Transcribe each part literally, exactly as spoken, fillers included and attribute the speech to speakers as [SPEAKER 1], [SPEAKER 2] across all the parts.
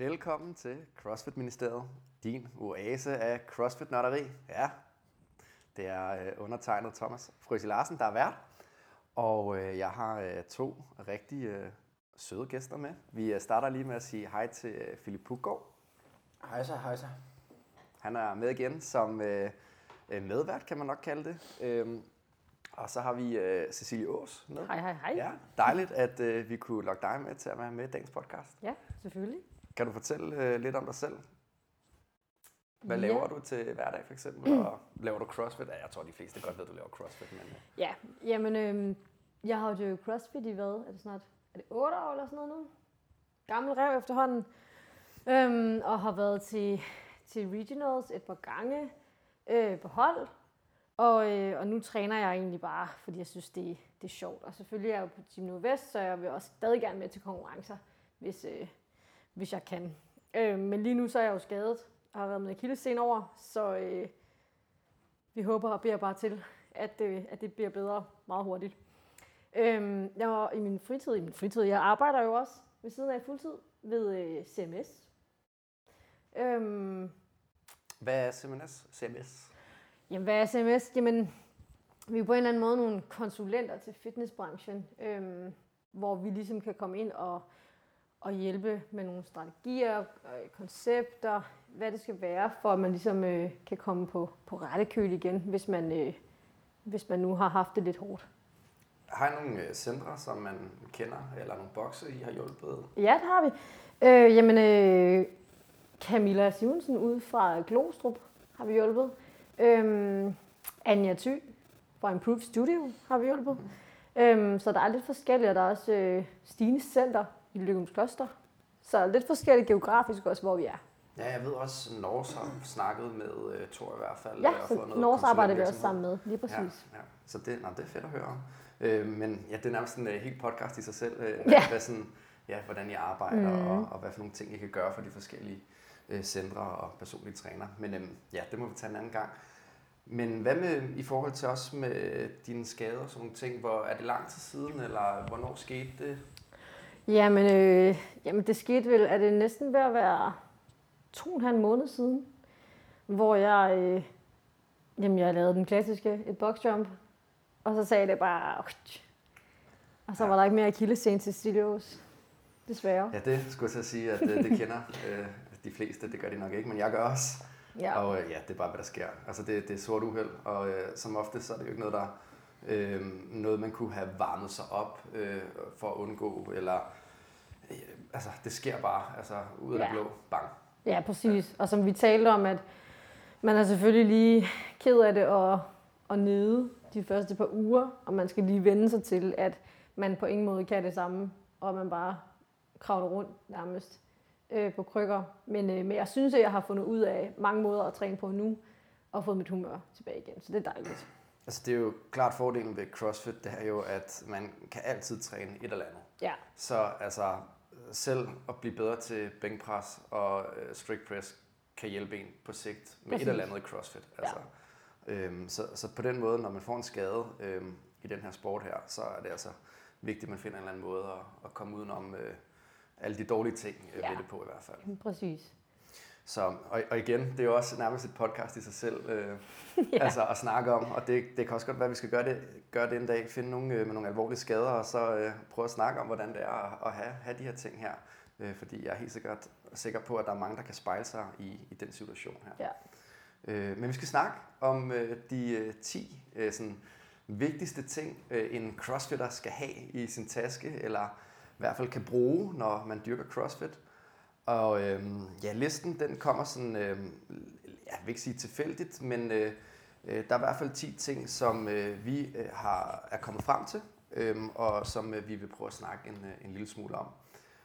[SPEAKER 1] Velkommen til CrossFit Ministeriet, din oase af CrossFit-nørderi. Ja, det er øh, undertegnet Thomas Frøsig Larsen, der er vært. Og øh, jeg har øh, to rigtig øh, søde gæster med. Vi starter lige med at sige hej til øh, Philip Puggaard.
[SPEAKER 2] Hej så, hej så.
[SPEAKER 1] Han er med igen som øh, medvært, kan man nok kalde det. Øhm, og så har vi øh, Cecilie Aas med.
[SPEAKER 3] Hej, hej, hej.
[SPEAKER 1] Ja, dejligt, at øh, vi kunne lokke dig med til at være med i dagens podcast.
[SPEAKER 3] Ja, selvfølgelig.
[SPEAKER 1] Kan du fortælle øh, lidt om dig selv? Hvad
[SPEAKER 3] ja.
[SPEAKER 1] laver du til hverdag for eksempel? Mm. Og laver du CrossFit? Ja, jeg tror, de fleste godt ved, at du laver CrossFit. Men...
[SPEAKER 3] Ja, jamen øh, jeg har jo dyrket CrossFit i hvad? Er det snart er det otte år eller sådan noget nu? Gammel rev efterhånden. Øhm, og har været til, til regionals et par gange øh, på hold. Og, øh, og nu træner jeg egentlig bare, fordi jeg synes, det, det er sjovt. Og selvfølgelig er jeg jo på Team Nordvest, så jeg vil også stadig gerne med til konkurrencer, hvis, øh, hvis jeg kan. Øh, men lige nu så er jeg jo skadet. Jeg har været med akillessene over, så øh, vi håber og beder bare til, at, øh, at det bliver bedre meget hurtigt. Øh, jeg var i min fritid, i min fritid, jeg arbejder jo også ved siden af fuldtid ved øh, C M S. Øh,
[SPEAKER 1] Hvad er C M S? C M S?
[SPEAKER 3] Jamen, hvad er C M S? Jamen, vi er på en eller anden måde nogle konsulenter til fitnessbranchen, øh, hvor vi ligesom kan komme ind og og hjælpe med nogle strategier, øh, koncepter, hvad det skal være, for at man ligesom øh, kan komme på, på rette køl igen, hvis man, øh, hvis man nu har haft det lidt hårdt.
[SPEAKER 1] Har I nogle øh, centre, som man kender, eller nogle bokse, I har hjulpet?
[SPEAKER 3] Ja, det har vi. Øh, jamen, øh, Camilla Simonsen ude fra Glostrup har vi hjulpet. Øh, Anja Thy fra Improved Studio har vi hjulpet. Mm. Øh, så der er lidt forskellige, og der er også øh, Stines Center i Løgums Kloster. Så lidt forskelligt geografisk også, hvor vi er.
[SPEAKER 1] Ja, jeg ved også, at Norge har snakket med uh, Thor i hvert fald.
[SPEAKER 3] Ja, så Norge arbejder vi også sammen med, lige præcis.
[SPEAKER 1] Ja, ja. Så det, nej, det er fedt at høre om. Øh, men ja, det er nærmest en uh, helt podcast i sig selv. Uh,
[SPEAKER 3] ja.
[SPEAKER 1] Hvad sådan, ja, hvordan I arbejder,
[SPEAKER 3] mm.
[SPEAKER 1] og, og hvad for nogle ting, I kan gøre for de forskellige uh, centre og personlige træner. Men um, ja, det må vi tage en anden gang. Men hvad med i forhold til os med dine skader og sådan nogle ting? Hvor, er det lang tid siden, eller hvornår skete det?
[SPEAKER 3] Jamen, øh, jamen det skete vel, er det næsten ved at være to og en halv måned siden, hvor jeg, øh, jamen jeg lavede den klassiske, et boxjump, og så sagde det bare, og så ja. var der ikke mere akillescene til Stilios, desværre.
[SPEAKER 1] Ja, det skulle jeg så sige, at det, det kender øh, de fleste, det gør de nok ikke, men jeg gør også.
[SPEAKER 3] Ja.
[SPEAKER 1] Og øh, ja, det er bare, hvad der sker. Altså det, det er sort uheld, og øh, som ofte så er det jo ikke noget, der øh, noget man kunne have varmet sig op øh, for at undgå, eller øh, altså det sker bare, altså ud af ja. det blå, bang.
[SPEAKER 3] Ja, præcis. Ja. Og som vi talte om, at man er selvfølgelig lige ked af det og, og nede de første par uger, og man skal lige vende sig til, at man på ingen måde kan det samme, og man bare kravler rundt nærmest øh, på krykker. Men, øh, men jeg synes, at jeg har fundet ud af mange måder at træne på nu, og fået mit humør tilbage igen, så det er dejligt.
[SPEAKER 1] Altså det er jo klart fordelen ved CrossFit, det er jo, at man kan altid træne et eller andet.
[SPEAKER 3] Ja.
[SPEAKER 1] Så altså selv at blive bedre til bænkpres og øh, strict press kan hjælpe en på sigt med Præcis. et eller andet i CrossFit. Altså, ja. øhm, så, så på den måde, når man får en skade øhm, i den her sport her, så er det altså vigtigt, at man finder en eller anden måde at, at komme udenom øh, alle de dårlige ting øh, ja. ved det på i hvert fald.
[SPEAKER 3] Præcis.
[SPEAKER 1] Så, og, og igen, det er jo også nærmest et podcast i sig selv øh, ja. altså at snakke om, og det, det kan også godt være, at vi skal gøre det, gøre det en dag, finde nogen øh, med nogle alvorlige skader, og så øh, prøve at snakke om, hvordan det er at, at have, have de her ting her. Øh, fordi jeg er helt sikkert sikker på, at der er mange, der kan spejle sig i, i den situation her.
[SPEAKER 3] Ja.
[SPEAKER 1] Øh, men vi skal snakke om øh, de øh, ti øh, sådan, vigtigste ting, øh, en crossfitter skal have i sin taske, eller i hvert fald kan bruge, når man dyrker CrossFit. Og øhm, ja, listen den kommer sådan, øhm, jeg vil ikke sige tilfældigt, men øh, øh, der er i hvert fald ti ting, som øh, vi øh, har, er kommet frem til, øh, og som øh, vi vil prøve at snakke en, øh, en lille smule om.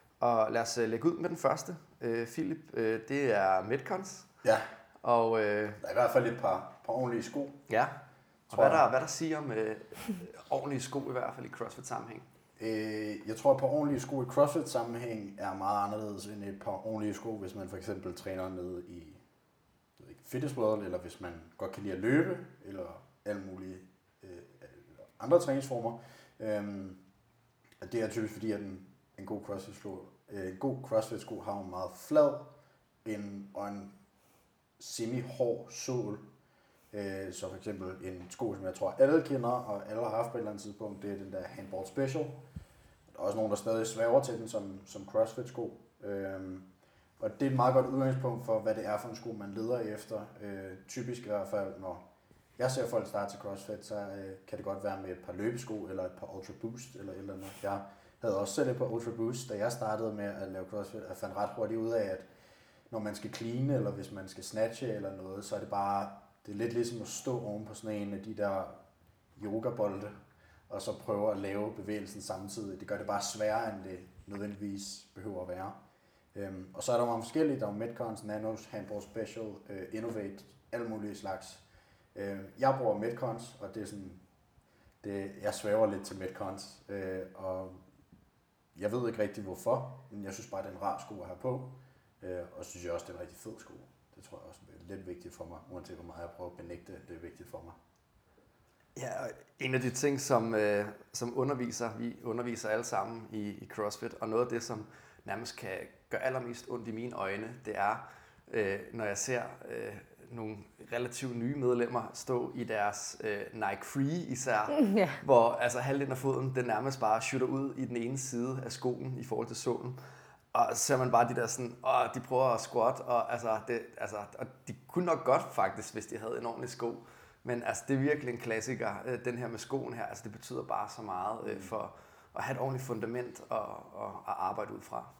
[SPEAKER 1] Og lad os øh, lægge ud med den første. Øh, Philip, øh, det er Metcons.
[SPEAKER 2] Ja,
[SPEAKER 1] og, øh,
[SPEAKER 2] der er i hvert fald et par, par ordentlige sko.
[SPEAKER 1] Ja, og hvad der, hvad der siger om øh, ordentlige sko i hvert fald i CrossFit-sammenhæng?
[SPEAKER 2] Jeg tror, at et par ordentlige sko i CrossFit-sammenhæng er meget anderledes end et par ordentlige sko, hvis man for eksempel træner nede i Fitness World, eller hvis man godt kan lide at løbe, eller alle mulige øh, andre træningsformer. Øhm, det er typisk fordi, at en, en god CrossFit-sko En god CrossFit-sko har en meget flad en, og en semi-hård sål. Så for eksempel en sko, som jeg tror alle kender, og alle har haft på et eller andet tidspunkt, det er den der Handball Special. Der er også nogen, der stadig svæver til den som, som CrossFit-sko. Og det er et meget godt udgangspunkt for, hvad det er for en sko, man leder efter. Typisk i hvert fald, når jeg ser folk starte til CrossFit, så kan det godt være med et par løbesko, eller et par Ultra Boost, eller et eller andet. Jeg havde også selv et par Ultra Boost, da jeg startede med at lave CrossFit. Jeg fandt ret hurtigt ud af, at når man skal clean, eller hvis man skal snatche eller noget, så er det bare, det er lidt ligesom at stå oven på sådan en af de der yogabolde, og så prøve at lave bevægelsen samtidig. Det gør det bare sværere, end det nødvendigvis behøver at være. Øhm, og så er der mange forskellige, der er Metcons, Nanos, Handball Special, øh, Innovate, alle mulige slags. Øh, jeg bruger Metcons, og det er sådan, det, jeg svæver lidt til Metcons, øh, og jeg ved ikke rigtig hvorfor, men jeg synes bare, det er en rar sko at have på, øh, og synes jeg også, det er en rigtig fed sko. Det tror jeg også er lidt vigtigt for mig, uanset hvor meget jeg prøver at benægte, det er vigtigt for mig.
[SPEAKER 1] Ja, og en af de ting, som, øh, som underviser, vi underviser alle sammen i, i CrossFit, og noget af det, som nærmest kan gøre allermest ondt i mine øjne, det er, øh, når jeg ser øh, nogle relativt nye medlemmer stå i deres øh, Nike Free især, ja. Hvor altså, halvdelen af foden, den nærmest bare shooter ud i den ene side af skoen i forhold til sålen. Og så ser man bare de der sådan, åh, de prøver at squat, og, altså, det, altså, og de kunne nok godt faktisk, hvis de havde en ordentlig sko. Men altså, det er virkelig en klassiker, øh, den her med skoen her. Altså, det betyder bare så meget øh, for at have et ordentligt fundament og, og, og arbejde ud fra.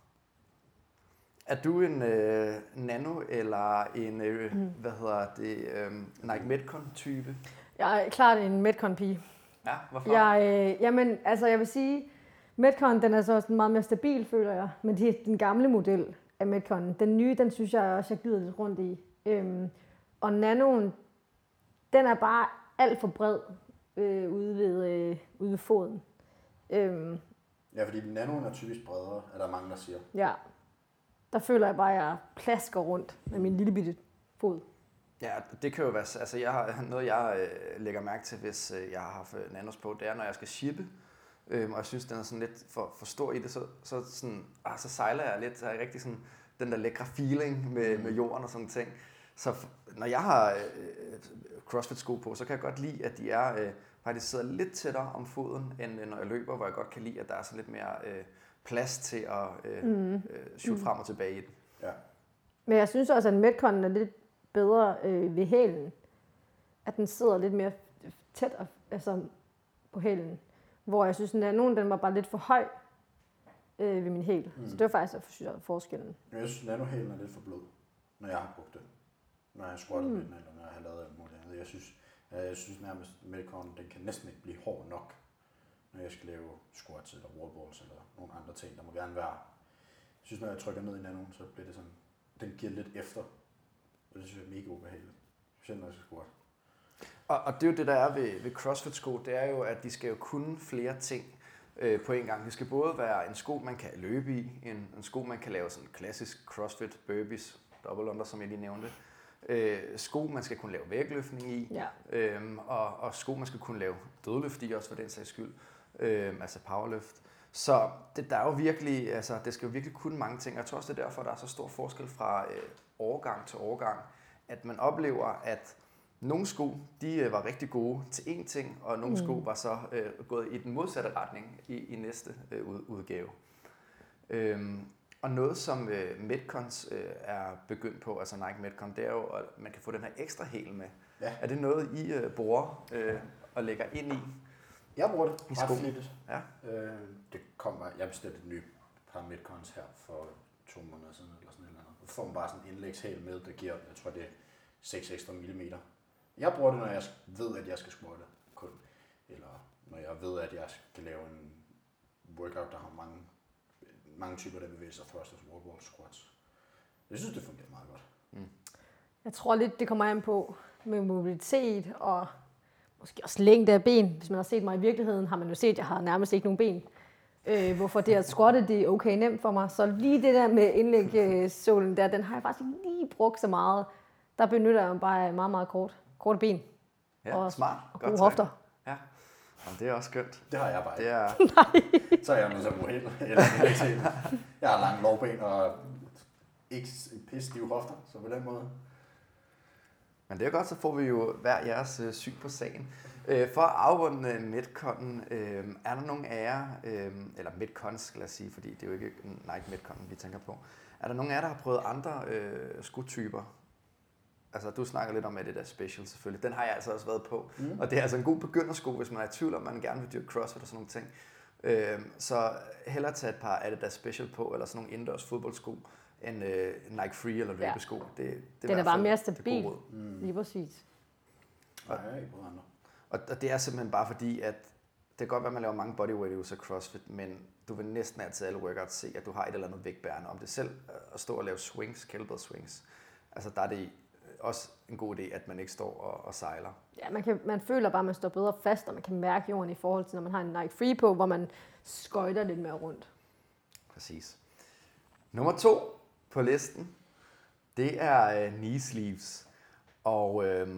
[SPEAKER 1] Er du en øh, Nano eller en, øh, mm. hvad hedder det, øh, Nike Metcon-type?
[SPEAKER 3] Jeg er klart en Metcon-pige.
[SPEAKER 1] Ja, hvorfor?
[SPEAKER 3] Jeg, øh, jamen, altså jeg vil sige, Metcon, den er så også meget mere stabil, føler jeg. Men det er den gamle model af Metcon. Den nye, den synes jeg også, jeg glider lidt rundt i. Øhm, og Nanoen, den er bare alt for bred øh, ude, ved, øh, ude ved foden. Øhm,
[SPEAKER 2] ja, fordi Nanoen er typisk bredere, er der mange, der siger.
[SPEAKER 3] Ja. Der føler jeg bare, at jeg plasker rundt med min lille bitte fod.
[SPEAKER 1] Ja, det kan jo være, altså jeg har, noget jeg øh, lægger mærke til, hvis øh, jeg har haft Nanos på, det er, når jeg skal shippe, øh, og jeg synes, den er sådan lidt for, for stor i det, så, så, sådan, ah, så sejler jeg lidt, så er jeg rigtig sådan den der lækre feeling med, med jorden og sådan ting. Så når jeg har øh, CrossFit-sko på, så kan jeg godt lide, at de er øh, faktisk sidder lidt tættere om foden, end når jeg løber, hvor jeg godt kan lide, at der er sådan lidt mere øh, plads til at øh, mm. øh, shoot frem og tilbage i den.
[SPEAKER 2] Ja.
[SPEAKER 3] Men jeg synes også, at Metcon er lidt bedre øh, ved hælen. At den sidder lidt mere tæt altså, på hælen. Hvor jeg synes, at nogen den var bare lidt for høj øh, ved min hæl. Mm. Så det var faktisk synes jeg, forskellen.
[SPEAKER 2] Jeg synes, at nanohælen er lidt for blød, når jeg har brugt den. Når jeg har squattet mm. den, eller når jeg har lavet alt muligt andet. Jeg synes, jeg synes nærmest, at Metcon, den kan næsten ikke blive hård nok, når jeg skal lave squats eller wallballs eller nogle andre ting. Der må gerne være. Jeg synes, når jeg trykker ned i nanoen, så bliver det sådan, den giver lidt efter. Og det synes jeg er mega ubehageligt. Specielt når jeg skal squat.
[SPEAKER 1] Og, og det er jo det, der er ved, ved CrossFit-sko, det er jo, at de skal jo kunne flere ting øh, på en gang. Det skal både være en sko, man kan løbe i, en, en sko, man kan lave sådan klassisk CrossFit burpees, double under, som jeg lige nævnte. Øh, sko, man skal kunne lave vægtløftning i,
[SPEAKER 3] ja.
[SPEAKER 1] øhm, og, og sko, man skal kunne lave dødløft i, også for den sags skyld, øhm, altså powerlift. Så det, der er jo virkelig, altså, det skal jo virkelig kunne mange ting, og jeg tror også, det er derfor, der er så stor forskel fra øh, årgang til årgang, at man oplever, at nogle sko, de øh, var rigtig gode til én ting, og nogle mm. sko var så øh, gået i den modsatte retning i, i næste øh, udgave. Øhm, Og noget, som øh, Metcons øh, er begyndt på, altså Nike Metcon, det er jo, at man kan få den her ekstra hæl med.
[SPEAKER 2] Ja.
[SPEAKER 1] Er det noget, I øh, bruger øh, og lægger ind i?
[SPEAKER 2] Jeg bruger det ret flittigt.
[SPEAKER 1] Ja.
[SPEAKER 2] Øh, det kommer, jeg bestilte et nyt par Metcons her for to måneder siden, eller sådan noget. Så får man bare sådan en indlægshæl med, der giver, jeg tror det er seks ekstra millimeter. Jeg bruger det, når jeg ved, at jeg skal squatte kun. Eller når jeg ved, at jeg skal lave en workout, der har mange mange typer, der bevæger sig thrusters, wall squats. Jeg synes, det fungerer meget godt. Mm.
[SPEAKER 3] Jeg tror lidt, det kommer an på med mobilitet og måske også længde af ben. Hvis man har set mig i virkeligheden, har man jo set, at jeg har nærmest ikke nogen ben. Øh, hvorfor det at squatte, det er okay nemt for mig. Så lige det der med indlægssålen der, den har jeg faktisk lige brugt så meget. Der benytter jeg bare meget, meget kort. Korte ben.
[SPEAKER 1] Ja,
[SPEAKER 3] og,
[SPEAKER 1] smart.
[SPEAKER 3] Og gode hofter.
[SPEAKER 1] Ja. Jamen, det er også skønt.
[SPEAKER 2] Det har jeg bare
[SPEAKER 1] Det
[SPEAKER 2] ikke.
[SPEAKER 1] er...
[SPEAKER 2] Så er jeg nødt til at bruge helt. Eller ikke helt. Jeg har lange lovben og ikke pisse stive hofter, så på den måde.
[SPEAKER 1] Men det er godt, så får vi jo hver jeres øh, syn på sagen. Øh, for at afrunde øh, Metcon, øh, er der nogen af jer, øh, eller Metcons skal jeg sige, fordi det er jo ikke Nike Metcon, vi tænker på. Er der nogen af jer, der har prøvet andre øh, skotyper? Altså, du snakker lidt om Adidas Special selvfølgelig. Den har jeg altså også været på. Mm. Og det er altså en god begyndersko, hvis man er i tvivl om, man gerne vil dyrke CrossFit og sådan nogle ting. Øh, så hellere tage et par Adidas Special på, eller sådan nogle indendørs fodboldsko, end øh, Nike Free eller løbesko. Ja. Det, det
[SPEAKER 3] Den er bare mere stabil.
[SPEAKER 2] Mm.
[SPEAKER 3] Lige præcis.
[SPEAKER 2] Og, Nej, ikke på andre.
[SPEAKER 1] Og, og det er simpelthen bare fordi, at det kan godt være, at man laver mange bodyweight øvelser af CrossFit, men du vil næsten altid alle workouts se, at du har et eller andet vægtbærende. Om det selv at stå og lave swings, kettlebell swings, altså der er det også en god idé, at man ikke står og, og sejler.
[SPEAKER 3] Ja, man, kan, man føler bare, at man står bedre fast, og man kan mærke jorden i forhold til, når man har en Nike Free på, hvor man skøjter lidt mere rundt.
[SPEAKER 1] Præcis. Nummer to på listen, det er uh, knee sleeves. Og øh,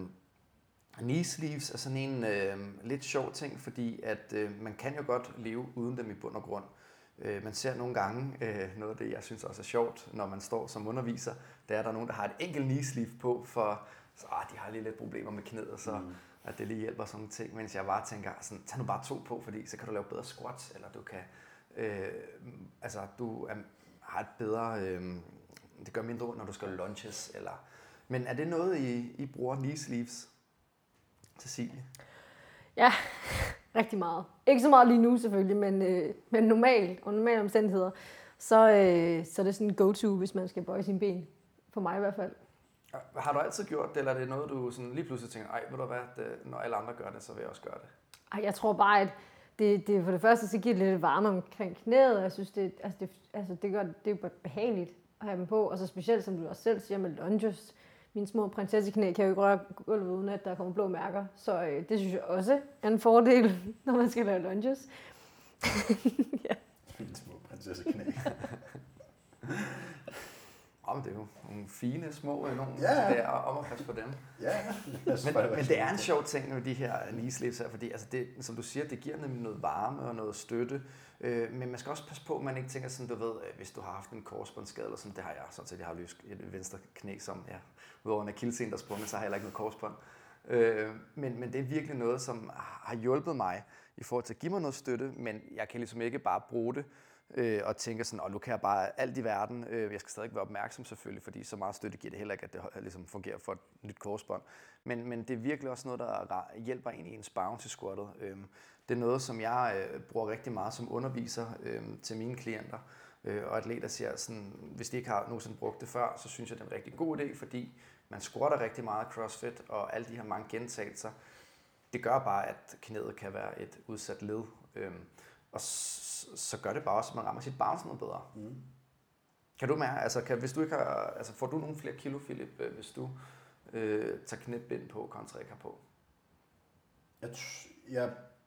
[SPEAKER 1] knee sleeves er sådan en øh, lidt sjov ting, fordi at øh, man kan jo godt leve uden dem i bund og grund. Øh, man ser nogle gange, øh, noget af det, jeg synes også er sjovt, når man står som underviser, det er, at der er nogen, der har et enkelt knee sleeve på, for så, ah, de har lige lidt problemer med knæet, så mm. at det lige hjælper sådan nogle ting. Mens jeg bare tænker, sådan, tag nu bare to på, fordi så kan du lave bedre squats, eller du kan, øh, altså du er, har et bedre, øh, det gør mindre ondt, når du skal lunges, eller... Men er det noget, I, I bruger knee sleeves, Cecilie?
[SPEAKER 3] Ja, rigtig meget. Ikke så meget lige nu selvfølgelig, men, øh, men normalt, og normale omstændigheder, så, øh, så er det sådan en go-to, hvis man skal bøje sine ben. For mig i hvert fald.
[SPEAKER 1] Har du altid gjort det, eller er det noget, du sådan lige pludselig tænker, ej, ved du hvad, det, når alle andre gør det, så vil jeg også gøre det?
[SPEAKER 3] Ej, jeg tror bare, at det, det for det første, så giver det lidt varme omkring knæet, og jeg synes, det, altså det, altså det, gør, det er behageligt at have dem på, og så specielt, som du også selv siger, med lunges. Mine små prinsesseknæ kan jo ikke røre gulvet, uden at der kommer blå mærker. Så øh, det synes jeg også er en fordel, når man skal lave lunges.
[SPEAKER 2] Ja. Mine små prinsesseknæ.
[SPEAKER 1] Om det er jo nogle fine små nogle,
[SPEAKER 2] ja.
[SPEAKER 1] Så det er om at passe på dem.
[SPEAKER 2] Ja.
[SPEAKER 1] men, men det er en sjov ting med de her knee sleeves her, fordi altså det, som du siger, det giver nemlig noget varme og noget støtte. Øh, men man skal også passe på, at man ikke tænker sådan, du ved, hvis du har haft en korsbåndsskade eller sådan, det har jeg sådan set, jeg har lyst et venstre knæ, som ja, udover en akillesen, der sprunget, så har jeg heller ikke noget korsbånd. Øh, men, men det er virkelig noget, som har hjulpet mig i forhold til at give mig noget støtte, men jeg kan ligesom ikke bare bruge det øh, og tænke sådan, og nu kan jeg bare alt i verden, øh, jeg skal stadig være opmærksom selvfølgelig, fordi så meget støtte giver det heller ikke, at det ligesom fungerer for et nyt korsbånd. Men, men det er virkelig også noget, der hjælper en i ens bounce i squattet. Øh, det er noget, som jeg øh, bruger rigtig meget som underviser øh, til mine klienter. Øh, og atleter siger sådan, hvis de ikke har nogensinde brugt det før, så synes jeg, det er en rigtig god idé, fordi man squatter rigtig meget CrossFit, og alle de her mange gentagelser, det gør bare, at knæet kan være et udsat led. Øhm, og s- så gør det bare også, at man rammer sit bounce noget bedre. Mm. Kan du mærke, altså, kan, hvis du ikke har, altså får du nogle flere kilo, Philip, øh, hvis du øh, tager knæbind på, kontra ikke har på?
[SPEAKER 2] Jeg, t- jeg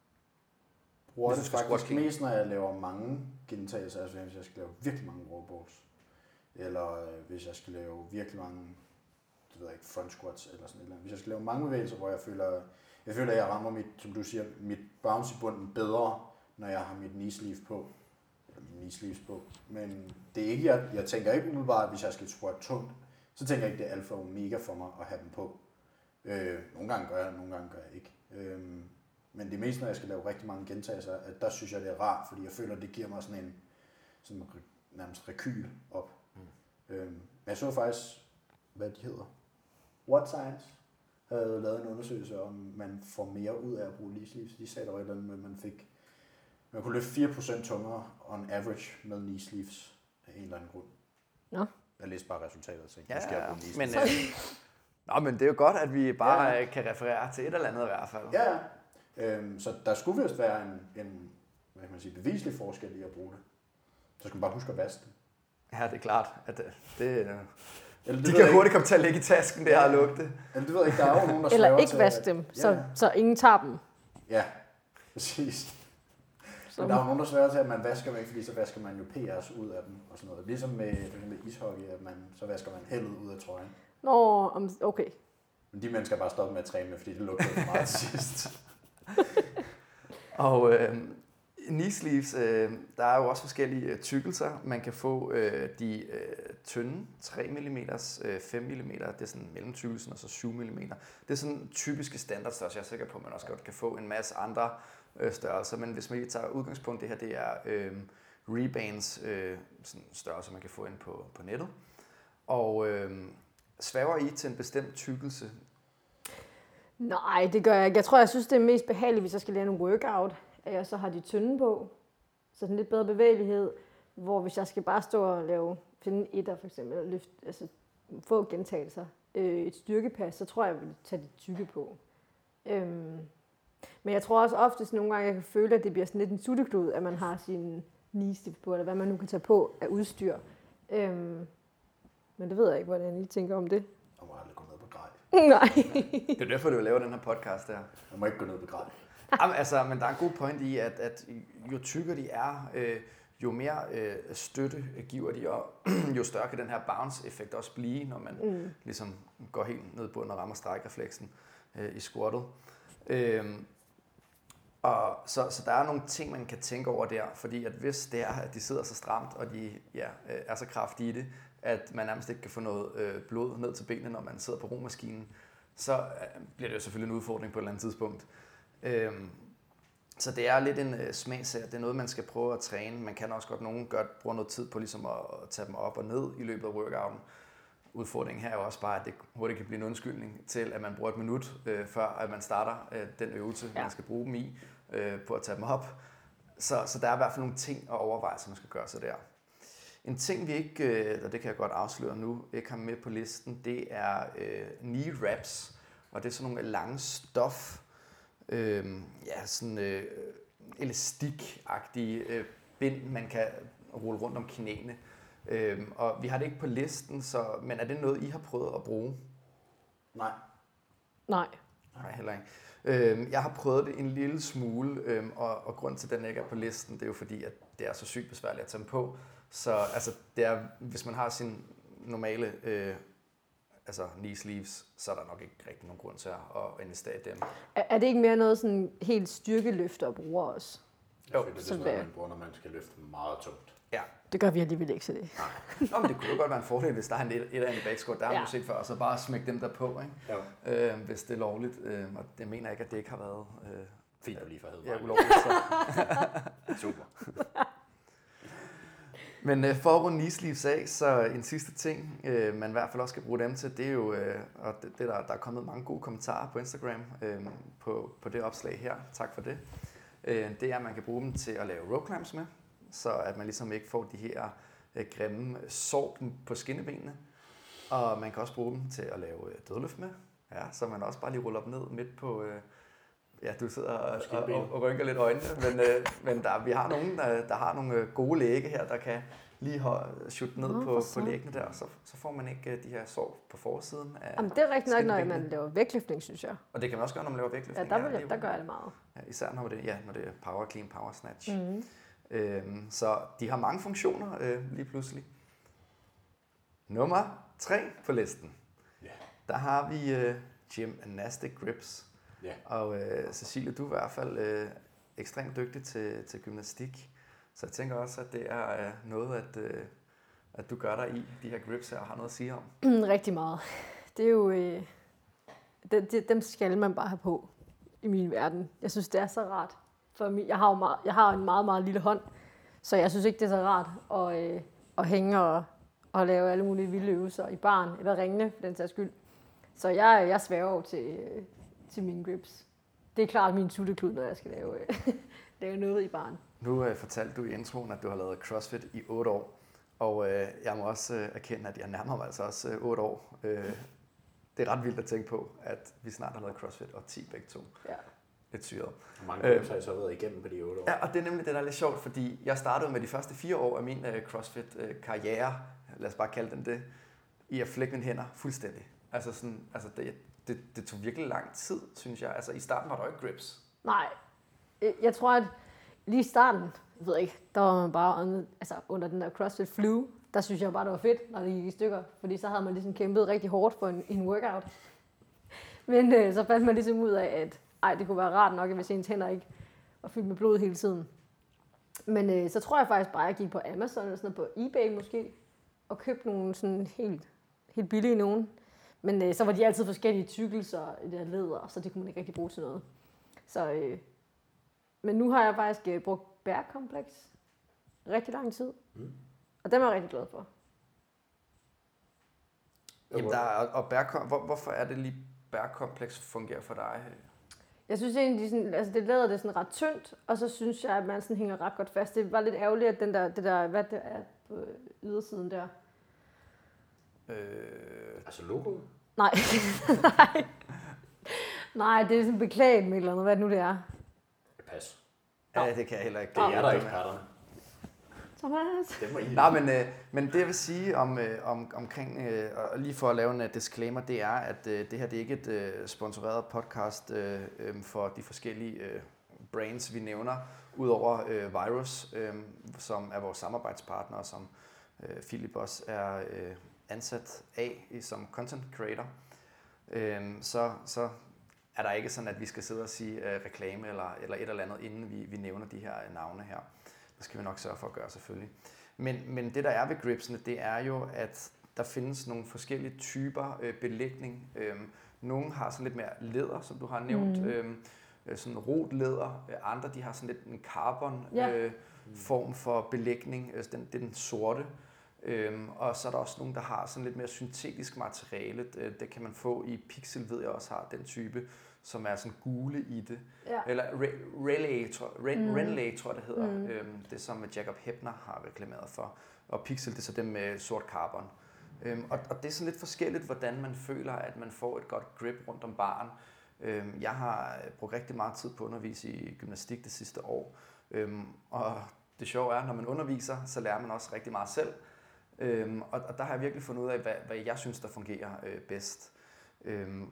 [SPEAKER 2] bruger det faktisk mest, når jeg laver mange gentagelser, altså hvis jeg skal lave virkelig mange raw balls, eller øh, hvis jeg skal lave virkelig mange, det ved jeg ikke, front squats eller sådan et eller andet. Hvis jeg skal lave mange bevægelser, hvor jeg føler, jeg føler, at jeg rammer mit, som du siger, mit bounce i bunden bedre, når jeg har mit knee sleeve på, eller mit knee sleeves på. Men det er ikke, jeg, jeg tænker ikke umiddelbart, at hvis jeg skal squat tungt, så tænker jeg ikke, det er alfa og omega for mig at have dem på. Øh, nogle gange gør jeg det, nogle gange gør jeg ikke. Øh, men det mest, når jeg skal lave rigtig mange gentagelser, at der synes jeg, det er rart, fordi jeg føler, at det giver mig sådan en sådan nærmest rekyl op. Mm. Øh, men jeg så faktisk, hvad de hedder, What Science havde lavet en undersøgelse om, man får mere ud af at bruge knee sleeves. De sagde der var et eller andet med, at man fik, man kunne løfte fire procent tungere on average med knee sleeves af en eller anden grund.
[SPEAKER 3] Nå.
[SPEAKER 2] Jeg læste bare resultatet og tænkte,
[SPEAKER 1] ja,
[SPEAKER 2] nu skal jeg bruge knee
[SPEAKER 1] men,
[SPEAKER 2] sleeves.
[SPEAKER 1] øh, nå, men det er jo godt, at vi bare
[SPEAKER 2] ja.
[SPEAKER 1] kan referere til et eller andet i hvert fald.
[SPEAKER 2] Ja, øhm, så der skulle vist være en, en hvad kan man sige, beviselig forskel i at bruge det. Så skal man bare huske at vaske det.
[SPEAKER 1] Ja, det er klart, at det, det
[SPEAKER 2] Eller,
[SPEAKER 1] de kan hurtigt komme til at ligge i tasken der og lugte.
[SPEAKER 2] Eller det ved jeg ikke, der er jo nogen, der
[SPEAKER 3] Eller ikke
[SPEAKER 2] til,
[SPEAKER 3] vaske
[SPEAKER 2] at,
[SPEAKER 3] dem, så,
[SPEAKER 2] ja.
[SPEAKER 3] så ingen tager dem.
[SPEAKER 2] Ja, præcis. Men der er jo nogen, der sværger til, at man vasker dem ikke, fordi så vasker man jo P R's ud af dem og sådan noget. Ligesom med, for eksempel ishockey, at man, så vasker man heldet ud af trøjen.
[SPEAKER 3] Nå, okay.
[SPEAKER 2] Men de mennesker er bare stoppet med at træne med, fordi det lugter for meget til sidst.
[SPEAKER 1] Og øh, knee sleeves, øh, der er jo også forskellige øh, tykkelser. Man kan få øh, de øh, tynde tre millimeter, øh, fem millimeter, det er sådan mellemtykkelsen, og så syv millimeter. Det er sådan typiske standardstørrelser. Jeg er sikker på, at man også godt kan få en masse andre øh, størrelser. Men hvis man lige tager udgangspunkt, det her det er øh, Rebans øh, sådan størrelse, man kan få ind på, på nettet. Og øh, svæver I til en bestemt tykkelse?
[SPEAKER 3] Nej, det gør jeg ikke. Jeg tror, jeg synes, det er mest behageligt, hvis jeg skal lave en workout, at jeg så har de tynde på. Så sådan lidt bedre bevægelighed, hvor hvis jeg skal bare stå og lave, finde en etter for eksempel, og løfte, altså få gentagelser, øh, et styrkepas, så tror jeg, jeg vil tage de tykke på. Øhm, men jeg tror også oftest nogle gange, jeg kan føle, at det bliver sådan lidt en sutteklud, at man har sin knee-stift på, eller hvad man nu kan tage på af udstyr. Øhm, men det ved jeg ikke, hvordan I tænker om det.
[SPEAKER 2] Jeg må aldrig gå ned på grej.
[SPEAKER 3] Nej.
[SPEAKER 1] Det er derfor, du laver den her podcast der.
[SPEAKER 2] Jeg må ikke gå ned på grej.
[SPEAKER 1] Jamen, altså, men der er en god point i, at, at jo tykkere de er, øh, jo mere øh, støtte giver de, og jo større kan den her bounce-effekt også blive, når man mm. ligesom går helt ned i bunden og rammer strækrefleksen øh, i squattet. Øhm, og så, så der er nogle ting, man kan tænke over der, fordi at hvis det er, at de sidder så stramt, og de ja, øh, er så kraftige i det, at man nærmest ikke kan få noget øh, blod ned til benene, når man sidder på romaskinen, så øh, bliver det jo selvfølgelig en udfordring på et eller andet tidspunkt. Øhm, så det er lidt en øh, smagsag. Det er noget, man skal prøve at træne. Man kan også godt, nogen gør, bruger noget tid på ligesom at, at tage dem op og ned i løbet af workouten. Udfordringen her er jo også bare, at det hurtigt kan blive en undskyldning til, at man bruger et minut, øh, før at man starter øh, den øvelse, ja. man skal bruge dem i, øh, på at tage dem op. Så, så der er i hvert fald nogle ting at overveje, som man skal gøre sig der. En ting, vi ikke, øh, og det kan jeg godt afsløre nu, ikke har med på listen, det er øh, knee wraps. Og det er sådan nogle lange stof, øh, ja, sådan øh, elastikagtige øh, bind, man kan rulle rundt om knæene. Øh, og vi har det ikke på listen, så, men er det noget, I har prøvet at bruge?
[SPEAKER 2] Nej.
[SPEAKER 3] Nej.
[SPEAKER 1] Nej, heller ikke. Øh, jeg har prøvet det en lille smule, øh, og, og grund til, at den ikke er på listen, det er jo fordi, at det er så sygt besværligt at tage dem på. Så altså, det er, hvis man har sin normale øh, altså knee sleeves, så er der nok ikke rigtig nogen grund til at, at investere i dem.
[SPEAKER 3] Er, er det ikke mere noget sådan helt styrkeløfter bruger også?
[SPEAKER 2] Jo, det er sådan noget, man bruger, når man skal løfte meget tungt.
[SPEAKER 1] Ja.
[SPEAKER 3] Det gør vi alligevel ikke, så det.
[SPEAKER 1] Nej. Nå, men det kunne jo godt være en fordel, hvis der er en et eller andet backsquat, der har ja. man set før, og så bare smække dem der på, ikke? Ja. Øh, hvis det er lovligt. Øh, og det mener jeg ikke, at det ikke har været øh,
[SPEAKER 2] fint at lige for
[SPEAKER 1] ja, ulovligt. Så.
[SPEAKER 2] Super.
[SPEAKER 1] Men øh, for at runde knee sleeves af, så en sidste ting, øh, man i hvert fald også skal bruge dem til, det er jo, øh, og det, det der, der er kommet mange gode kommentarer på Instagram øh, på, på det opslag her, tak for det, øh, det er, at man kan bruge dem til at lave rope climbs med, så at man ligesom ikke får de her øh, grimme sår på skinnebenene, og man kan også bruge dem til at lave øh, dødløft med, ja, så man også bare lige ruller op ned midt på... Øh, Ja, du sidder og, og, og rynker lidt øjnene, men, øh, men der, vi har nogen, der, der har nogle gode læge her, der kan lige shoot ned oh, på, på læggene der, så, så får man ikke de her sår på forsiden af.
[SPEAKER 3] Jamen, det er rigtigt nok, når man laver vægtløftning, synes jeg.
[SPEAKER 1] Og det kan man også gøre, når man laver vægtløftning.
[SPEAKER 3] Ja, der, vil jeg, der gør jeg det meget.
[SPEAKER 1] Ja, især når det, ja, når det er power clean, power snatch. Mm-hmm. Øhm, så de har mange funktioner øh, lige pludselig. Nummer tre på listen. Yeah. Der har vi øh, gymnastic grips. Yeah. Og øh, Cecilie, du er i hvert fald øh, ekstremt dygtig til, til gymnastik, så jeg tænker også, at det er øh, noget, at, øh, at du gør dig i de her grips her og har noget at sige om.
[SPEAKER 3] Mm, rigtig meget. Det er jo, øh, det, det, dem skal man bare have på i min verden. Jeg synes, det er så rart. For mig, jeg, har jo meget, jeg har en meget, meget lille hånd, så jeg synes ikke, det er så rart at, øh, at hænge og, og lave alle mulige vilde øvelser i baren, eller ringene for den sags skyld. Så jeg, jeg sværger over til... Øh, til mine grips. Det er klart min sutteklud, når jeg skal lave, lave noget i baren.
[SPEAKER 1] Nu øh, fortalte du i introen, at du har lavet CrossFit i otte år, og øh, jeg må også øh, erkende, at jeg nærmer mig altså også øh, otte år. Øh, det er ret vildt at tænke på, at vi snart har lavet CrossFit og ti begge to. Ja. Lidt syret.
[SPEAKER 2] Hvor mange grips har I så været igennem på de otte år?
[SPEAKER 1] Ja, og det er nemlig det, der er lidt sjovt, fordi jeg startede med de første fire år af min øh, CrossFit-karriere, øh, lad os bare kalde den det, i at flække mine hænder fuldstændig. Altså sådan, altså det, Det, det tog virkelig lang tid, synes jeg. Altså, i starten var der jo ikke grips.
[SPEAKER 3] Nej. Jeg tror, at lige i starten, jeg ved ikke, der var man bare under, altså, under den der CrossFit Flu, der synes jeg bare, det var fedt, når det gik i stykker. Fordi så havde man ligesom kæmpet rigtig hårdt for en, en workout. Men øh, så fandt man ligesom ud af, at ej, det kunne være rart nok, hvis ens hænder ikke og fyldt med blod hele tiden. Men øh, så tror jeg faktisk bare, at jeg gik på Amazon eller sådan noget, på eBay måske, og købte nogle sådan helt, helt billige nogen. Men øh, så var de altid forskellige tykkelser i det her læder, så det kunne man ikke rigtig bruge til noget. Så, øh, men nu har jeg faktisk øh, brugt Bear Complex rigtig lang tid, mm. og dem er jeg rigtig glad for.
[SPEAKER 1] Jamen, der er, og Bear, hvor, hvorfor er det lige Bear Complex fungerer for dig?
[SPEAKER 3] Jeg synes egentlig, sådan, altså det læder det sådan ret tyndt, og så synes jeg, at man sådan hænger ret godt fast. Det var lidt ærgerligt, at den der, det der, hvad det er på ydersiden der.
[SPEAKER 1] Øh...
[SPEAKER 2] Altså logoet?
[SPEAKER 3] Nej, nej. Nej, det er sådan beklædt med eller noget, hvad det nu det er.
[SPEAKER 2] Pas.
[SPEAKER 1] Ja, det kan jeg heller ikke.
[SPEAKER 2] Det er der ikke eksperterne.
[SPEAKER 3] Thomas.
[SPEAKER 2] Det må I.
[SPEAKER 1] Nej, men, øh, men det jeg vil sige om, øh, om, omkring, øh, og lige for at lave en uh, disclaimer, det er, at øh, det her det er ikke et øh, sponsoreret podcast øh, øh, for de forskellige øh, brands, vi nævner, udover øh, Virus, øh, som er vores samarbejdspartner, som øh, Philip også er øh, ansat af som content creator. Øh, så, så er der ikke sådan, at vi skal sidde og sige øh, reklame eller, eller et eller andet, inden vi, vi nævner de her navne her. Det skal vi nok sørge for at gøre, selvfølgelig. Men, men det, der er ved gripsene, det er jo, at der findes nogle forskellige typer øh, belægning. Øhm, nogle har sådan lidt mere læder, som du har nævnt. Mm. Øhm, sådan rot læder. Andre, de har sådan lidt en carbon
[SPEAKER 3] ja.
[SPEAKER 1] øh, form for belægning. Altså, den, det er den sorte. Øhm, og så er der også nogle, der har sådan lidt mere syntetisk materiale. Det, det kan man få i Pixel, ved jeg også har den type, som er sådan gule i det.
[SPEAKER 3] Ja.
[SPEAKER 1] Eller Relay, tror, Ren, mm. Renlay, tror jeg, det hedder.
[SPEAKER 3] Mm.
[SPEAKER 1] Øhm, det som Jacob Hebner har reklameret for. Og Pixel, det er så dem med sort carbon. Øhm, og, og det er sådan lidt forskelligt, hvordan man føler, at man får et godt grip rundt om baren. Øhm, jeg har brugt rigtig meget tid på at undervise i gymnastik det sidste år. Øhm, og det sjove er, når man underviser, så lærer man også rigtig meget selv. Øhm, og, og der har jeg virkelig fundet ud af, hvad, hvad jeg synes, der fungerer øh, bedst. Øhm,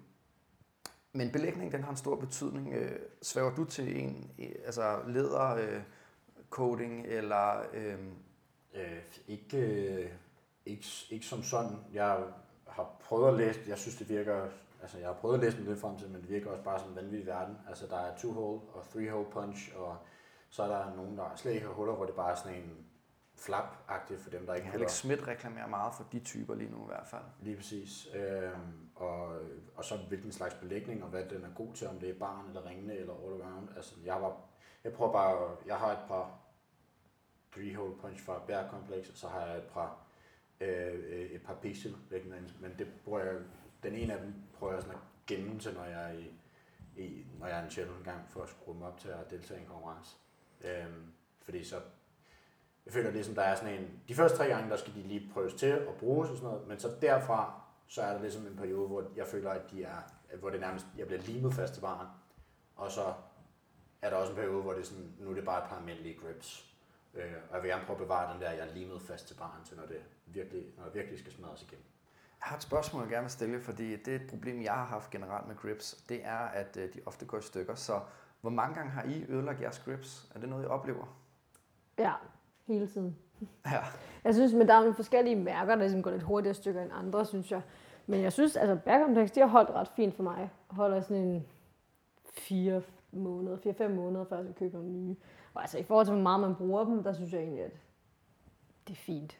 [SPEAKER 1] Men belægning, den har en stor betydning. Øh, svæver du til en altså læder øh, coating eller øh...
[SPEAKER 2] Øh, ikke, øh, ikke, ikke som sådan. Jeg har prøvet at læse, jeg synes det virker, altså jeg har prøvet at læse mig lidt frem til, men det virker også bare som en vanvittig verden. Altså der er two-hole og three-hole punch, og så er der nogen, der slet ikke har huller, hvor det bare er sådan en flap-agtigt for dem, der ikke har huller.
[SPEAKER 1] Alex Schmidt reklamerer meget for de typer lige nu i hvert fald.
[SPEAKER 2] Lige præcis. Øhm, og, og så hvilken slags belægning, og hvad den er god til, om det er barn eller ringende eller all around. Altså jeg var, jeg prøver bare, jeg har et par three-hole punch fra Bear Complex, og så har jeg et par, øh, et par pixel belægninger, men det bruger jeg, den ene af dem prøver jeg sådan at gemme til, når jeg er i, i når jeg er en challenge en gang, for at skrue dem op til at deltage i en konkurrence. Øhm, fordi så jeg føler ligesom, der er sådan en, de første tre gange, der skal de lige prøves til at bruges og sådan noget, men så derfra, så er der ligesom en periode, hvor jeg føler, at de er, hvor det nærmest, jeg bliver limet fast til baren, og så er der også en periode, hvor det er sådan, nu er det bare et par almindelige grips, øh, og jeg vil gerne prøve at bevare den der, jeg er limet fast til baren til, når det virkelig, når det virkelig skal smadres igennem.
[SPEAKER 1] Jeg har et spørgsmål, jeg gerne vil stille, fordi det er et problem, jeg har haft generelt med grips, det er, at de ofte går i stykker, så hvor mange gange har I ødelagt jeres grips? Er det noget, I oplever?
[SPEAKER 3] Ja. Hele tiden.
[SPEAKER 1] Ja. Jeg
[SPEAKER 3] synes, men der er nogle forskellige mærker, der ligesom går lidt hurtigere stykker end andre, synes jeg. Men jeg synes, altså Bear Complex, de har holdt ret fint for mig. Holder sådan en fire måneder, fire fem måneder, før jeg skal købe nogle nye. Og altså i forhold til, hvor meget man bruger dem, der synes jeg egentlig, at det er fint.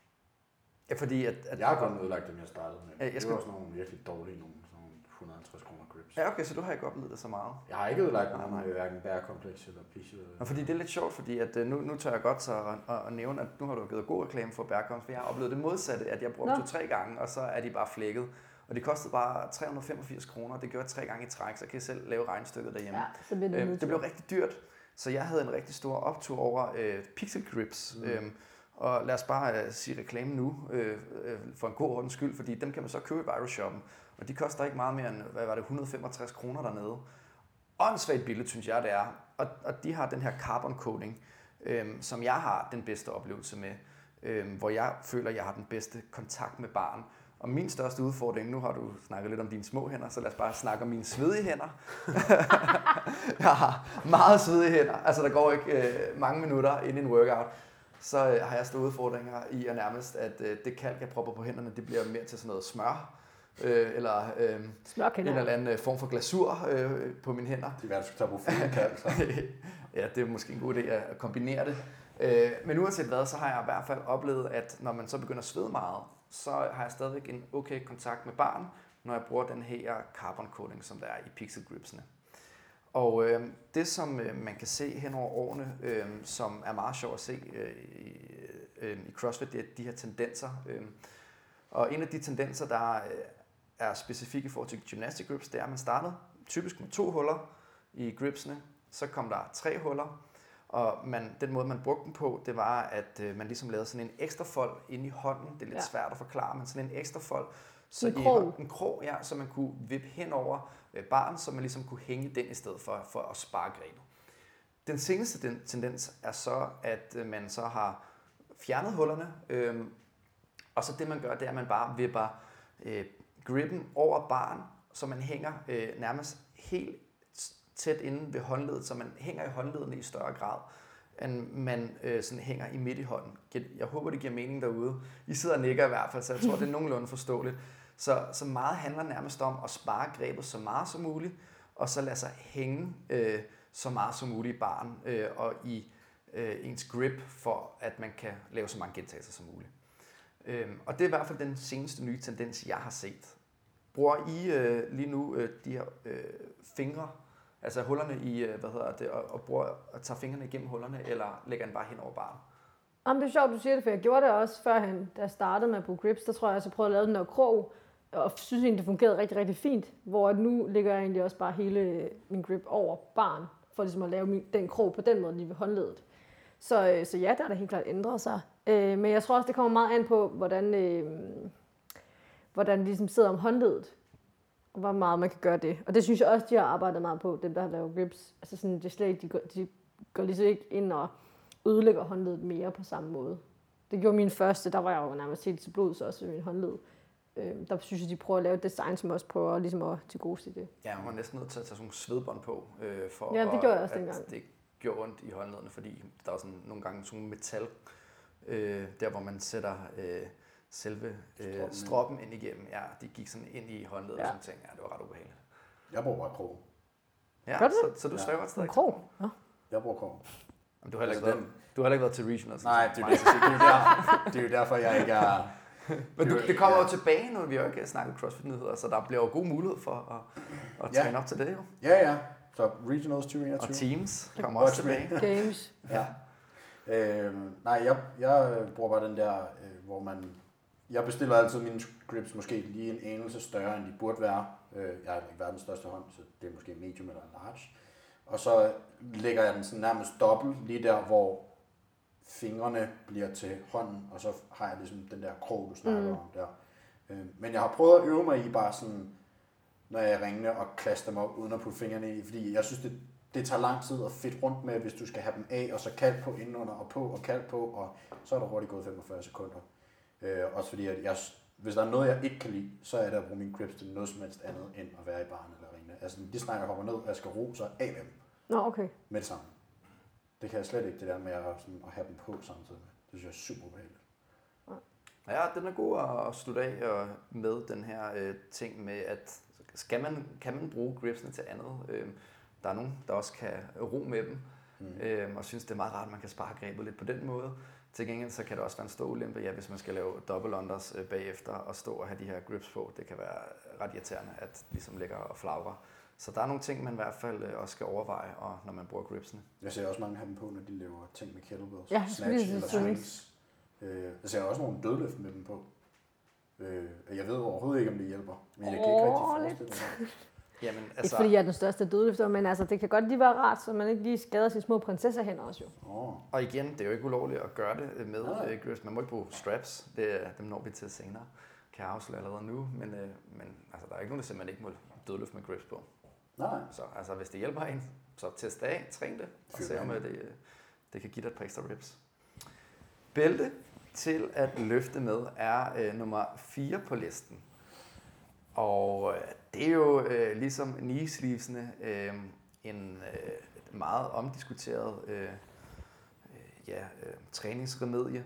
[SPEAKER 1] Ja, fordi at... at
[SPEAKER 2] jeg har kun ødelagt dem, jeg startede med.
[SPEAKER 1] Ja, jeg skal...
[SPEAKER 2] Det var også nogle virkelig dårlige nogle. et hundrede og halvtreds kroner grips.
[SPEAKER 1] Ja, okay, så du har ikke oplevet det så meget?
[SPEAKER 2] Jeg har ikke ødelagt nogen med hverken Bear Complex eller Pixel.
[SPEAKER 1] Og fordi det er lidt sjovt, fordi at, nu, nu tør jeg godt så at, at, at nævne, at nu har du givet god reklame for Bear Complex, for jeg har oplevet det modsatte, at jeg brugte to-tre gange, og så er de bare flækket. Og det kostede bare tre hundrede og femogfirs kroner, det gjorde jeg tre gange i træk, så kan jeg selv lave regnstykket derhjemme.
[SPEAKER 3] Ja, så bliver det,
[SPEAKER 1] øhm, det blev rigtig dyrt, så jeg havde en rigtig stor optur over øh, Pixel Grips. Mm. Øhm, og lad os bare øh, sige reklame nu, øh, øh, for en god ordens skyld, fordi dem kan man så købe i Virus Shoppen. Og de koster ikke meget mere end, hvad var det, et hundrede og femogtres kroner dernede. Åndssvagt billigt, synes jeg, det er. Og, og de har den her carbon coating, øhm, som jeg har den bedste oplevelse med. Øhm, hvor jeg føler, at jeg har den bedste kontakt med barn. Og min største udfordring, nu har du snakket lidt om dine små hænder, så lad os bare snakke om mine svedige hænder. Jeg har meget svedige hænder. Altså, der går ikke øh, mange minutter ind i en workout. Så øh, har jeg store udfordringer i at nærmest, at øh, det kalk, jeg propper på hænderne, det bliver mere til sådan noget smør. Øh, eller øh, en eller anden form for glasur øh, på mine hænder.
[SPEAKER 2] Det er værd, du skal tage på kalk, så.
[SPEAKER 1] ja, det er måske en god idé at kombinere det. Øh, men uanset hvad, så har jeg i hvert fald oplevet, at når man så begynder at svede meget, så har jeg stadigvæk en okay kontakt med barn, når jeg bruger den her carbon coating, som der er i pixel gripsene. Og øh, det, som øh, man kan se hen over årene, øh, som er meget sjovt at se øh, i, øh, i CrossFit, det er de her tendenser. Øh. Og en af de tendenser, der øh, er specifikke i forhold til gymnastic grips, det er, at man startede typisk med to huller i gripsene, så kom der tre huller, og man, den måde, man brugte dem på, det var, at øh, man ligesom lavede sådan en ekstra fold inde i hånden. Det er lidt ja. svært at forklare, men sådan en ekstra fold. Så
[SPEAKER 3] en krog.
[SPEAKER 1] I, en krog, ja, så man kunne vippe hen over øh, barn, så man ligesom kunne hænge den i stedet for, for at spare grebet. Den seneste den, tendens er så, at øh, man så har fjernet hullerne, øh, og så det man gør, det er, at man bare vipper øh, grippen over barn, så man hænger øh, nærmest helt tæt inde ved håndledet, så man hænger i håndledene i større grad, end man øh, sådan hænger i midt i hånden. Jeg håber, det giver mening derude. I sidder og nikker i hvert fald, så jeg tror, det er nogenlunde forståeligt. Så, så meget handler nærmest om at spare grebet så meget som muligt, og så lade sig hænge øh, så meget som muligt i barn øh, og i øh, ens grip, for at man kan lave så mange gentagelser som muligt. Øh, og det er i hvert fald den seneste nye tendens, jeg har set. Bruger I øh, lige nu øh, de her øh, fingre, altså hullerne i, hvad hedder det, og, og bruger at tage fingrene igennem hullerne, eller lægger den bare hen over barn?
[SPEAKER 3] Jamen, det er sjovt, du siger det, for jeg gjorde det også førhen, da jeg startede med at bruge grips. Der tror jeg, at jeg prøvede at lave den der krog, og synes egentlig, det fungerede rigtig, rigtig fint. Hvor nu lægger jeg egentlig også bare hele min grip over barn, for ligesom at lave min, den krog på den måde lige ved håndledet. Så, så ja, der er det helt klart ændret sig. Øh, men jeg tror også, det kommer meget an på, hvordan, øh, hvordan det ligesom sidder om håndledet. Og hvor meget man kan gøre det. Og det synes jeg også, de har arbejdet meget på, dem der har lavet grips. Altså sådan, det slet ikke, de går, de går ligesom ikke ind og ødelægger håndledet mere på samme måde. Det gjorde min første, der var jeg jo nærmest helt til blods også i min håndled. Øh, der synes jeg, de prøver at lave et design, som også prøver ligesom at tilgodese det.
[SPEAKER 1] Ja, man var næsten nødt til at tage sådan nogle svedbånd på, øh, for
[SPEAKER 3] ja, det gjorde jeg også
[SPEAKER 1] at
[SPEAKER 3] dengang.
[SPEAKER 1] det gjorde ondt i håndledene, fordi der var sådan nogle gange sådan metal, øh, der hvor man sætter øh, selve øh, stroppen, stroppen ind igennem. Ja, de gik sådan ind i håndledet ja. og sådan ting. Ja, det var ret ubehageligt.
[SPEAKER 2] Jeg bruger bare krog.
[SPEAKER 1] Ja, så, så du ja. svæver et stadig.
[SPEAKER 3] Krog? Ja.
[SPEAKER 2] Jeg bruger krog.
[SPEAKER 1] Men du har heller ikke, altså, været, du har heller ikke været til regionals.
[SPEAKER 2] Nej, det er, det, det, er jo der, det er jo derfor, jeg ikke er...
[SPEAKER 1] Men du, det kommer ja. jo tilbage nu, vi har jo ikke snakket CrossFit-nyheder, så der bliver jo god mulighed for at, at træne ja. op til det jo.
[SPEAKER 2] Ja, ja. Så Regionals tyve enogtyve.
[SPEAKER 1] Og Teams kommer også tilbage.
[SPEAKER 3] Games.
[SPEAKER 2] ja. Øh, nej, jeg, jeg bruger bare den der, øh, hvor man... Jeg bestiller altid mine grips måske lige en anelse større, end de burde være. Øh, jeg er ikke verdens største hånd, så det er måske medium eller large. Og så lægger jeg den sådan nærmest dobbelt, lige der, hvor fingrene bliver til hånden, og så har jeg ligesom den der krog, du snakker mm. om der. Øh, men jeg har prøvet at øve mig i bare sådan, når jeg er ringende og klaster mig op, uden at putte fingrene i, fordi jeg synes, det, det tager lang tid at fedt rundt med, hvis du skal have dem af, og så kald på indenunder, og på, og kald på, og så er der hurtigt gået femogfyrre sekunder. Øh, også fordi, at jeg, hvis der er noget, jeg ikke kan lide, så er det at bruge mine grips til noget som helst andet, end at være i baren eller ringende. Altså, de snakker, jeg hopper ned, og jeg skal ro, så af med dem.
[SPEAKER 3] Nå, okay.
[SPEAKER 2] Med det samme. Det kan jeg slet ikke, det der med at, sådan, at have dem på samtidig med. Det synes jeg er super ubehageligt.
[SPEAKER 1] Ja, den er god at slutte af med den her øh, ting med, at skal man, kan man bruge gripsene til andet. Øh, der er nogen, der også kan ro med dem, mm. øh, og synes, det er meget rart, at man kan spare grebet lidt på den måde. Til gengæld så kan det også være en stor ulempe, ja, hvis man skal lave double unders øh, bagefter og stå og have de her grips på. Det kan være ret irriterende, at ligesom ligger og flagrer. Så der er nogle ting, man i hvert fald også skal overveje, og når man bruger gripsene.
[SPEAKER 2] Jeg ser også mange have dem på, når de laver ting med kettlebells.
[SPEAKER 3] Ja,
[SPEAKER 2] snatch eller swings. Øh, jeg ser også nogle dødløft med dem på. Øh, jeg ved overhovedet ikke, om det hjælper, men jeg kan ikke rigtig forestille mig.
[SPEAKER 1] Jamen,
[SPEAKER 3] altså... Ikke fordi jeg er den største dødløfter, men altså, det kan godt lige være rart, så man ikke lige skader sine små prinsesserhænder også jo.
[SPEAKER 1] Oh. Og igen, det er jo ikke ulovligt at gøre det med ja. grips. Man må ikke bruge straps. Det, dem når vi til senere. Kan jeg afsløre allerede nu. Men, øh, men altså, der er ikke nogen, der simpelthen ikke må dødløfte med grips på.
[SPEAKER 2] Nej.
[SPEAKER 1] Så altså, hvis det hjælper en, så test af, træn det, og se om det, det kan give dig et par ekstra reps. Bælte til at løfte med er øh, nummer fire på listen. Og øh, det er jo øh, ligesom knee sleevesene øh, en øh, meget omdiskuteret øh, ja, øh, træningsremedie.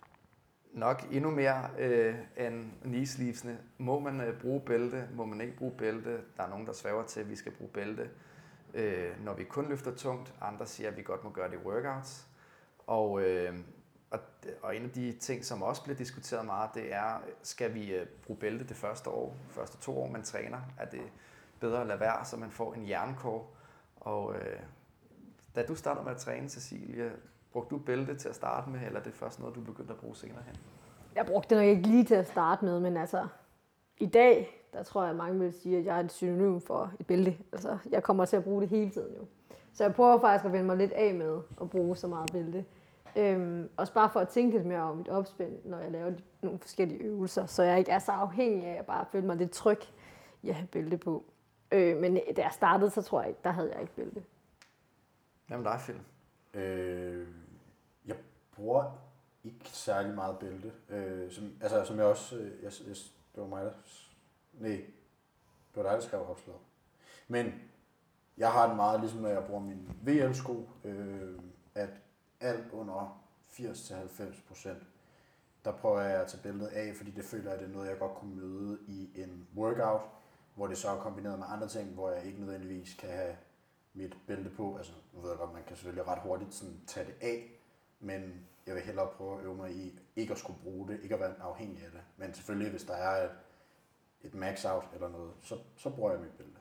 [SPEAKER 1] Nok endnu mere øh, end knee sleevesene. Må man øh, bruge bælte? Må man ikke bruge bælte? Der er nogen, der svæver til, at vi skal bruge bælte. øh, når vi kun løfter tungt. Andre siger, at vi godt må gøre det i workouts. Og, øh, og, og en af de ting, som også bliver diskuteret meget, det er, skal vi øh, bruge bælte det første år, første to år, man træner? Er det bedre at lade være, så man får en jernkår? Og øh, da du startede med at træne, Cecilie, brugte du bælte til at starte med, eller er det først noget, du begyndte at bruge senere hen?
[SPEAKER 3] Jeg brugte det nok ikke lige til at starte med, men altså i dag, der tror jeg, at mange vil sige, at jeg er et synonym for et bælte. Altså, jeg kommer til at bruge det hele tiden jo. Så jeg prøver faktisk at vende mig lidt af med at bruge så meget bælte. Øhm, også bare for at tænke lidt mere om mit opspænd, når jeg laver nogle forskellige øvelser, så jeg ikke er så afhængig af at bare føle mig lidt tryg i at have bælte på. Øh, men da jeg startede, så tror jeg ikke, der havde jeg ikke bælte.
[SPEAKER 1] Hvad med dig, Phil?
[SPEAKER 2] Øh, jeg bruger ikke særlig meget bælte. Øh, som, altså, som jeg også... Øh, jeg, jeg, det var mig, der... Nej, det var dig, der skrev opslaget. Men jeg har det meget, ligesom når jeg bruger min V L-sko, øh, at alt under firs til halvfems procent, der prøver jeg at tage bæltet af, fordi det føler jeg, at det er noget, jeg godt kunne møde i en workout, hvor det så er kombineret med andre ting, hvor jeg ikke nødvendigvis kan have mit bælte på. Altså, nu ved jeg godt, man kan selvfølgelig ret hurtigt sådan tage det af, men jeg vil hellere prøve at øve mig i ikke at skulle bruge det, ikke at være afhængig af det. Men selvfølgelig, hvis der er et, et max-out eller noget, så, så bruger jeg mit bælte.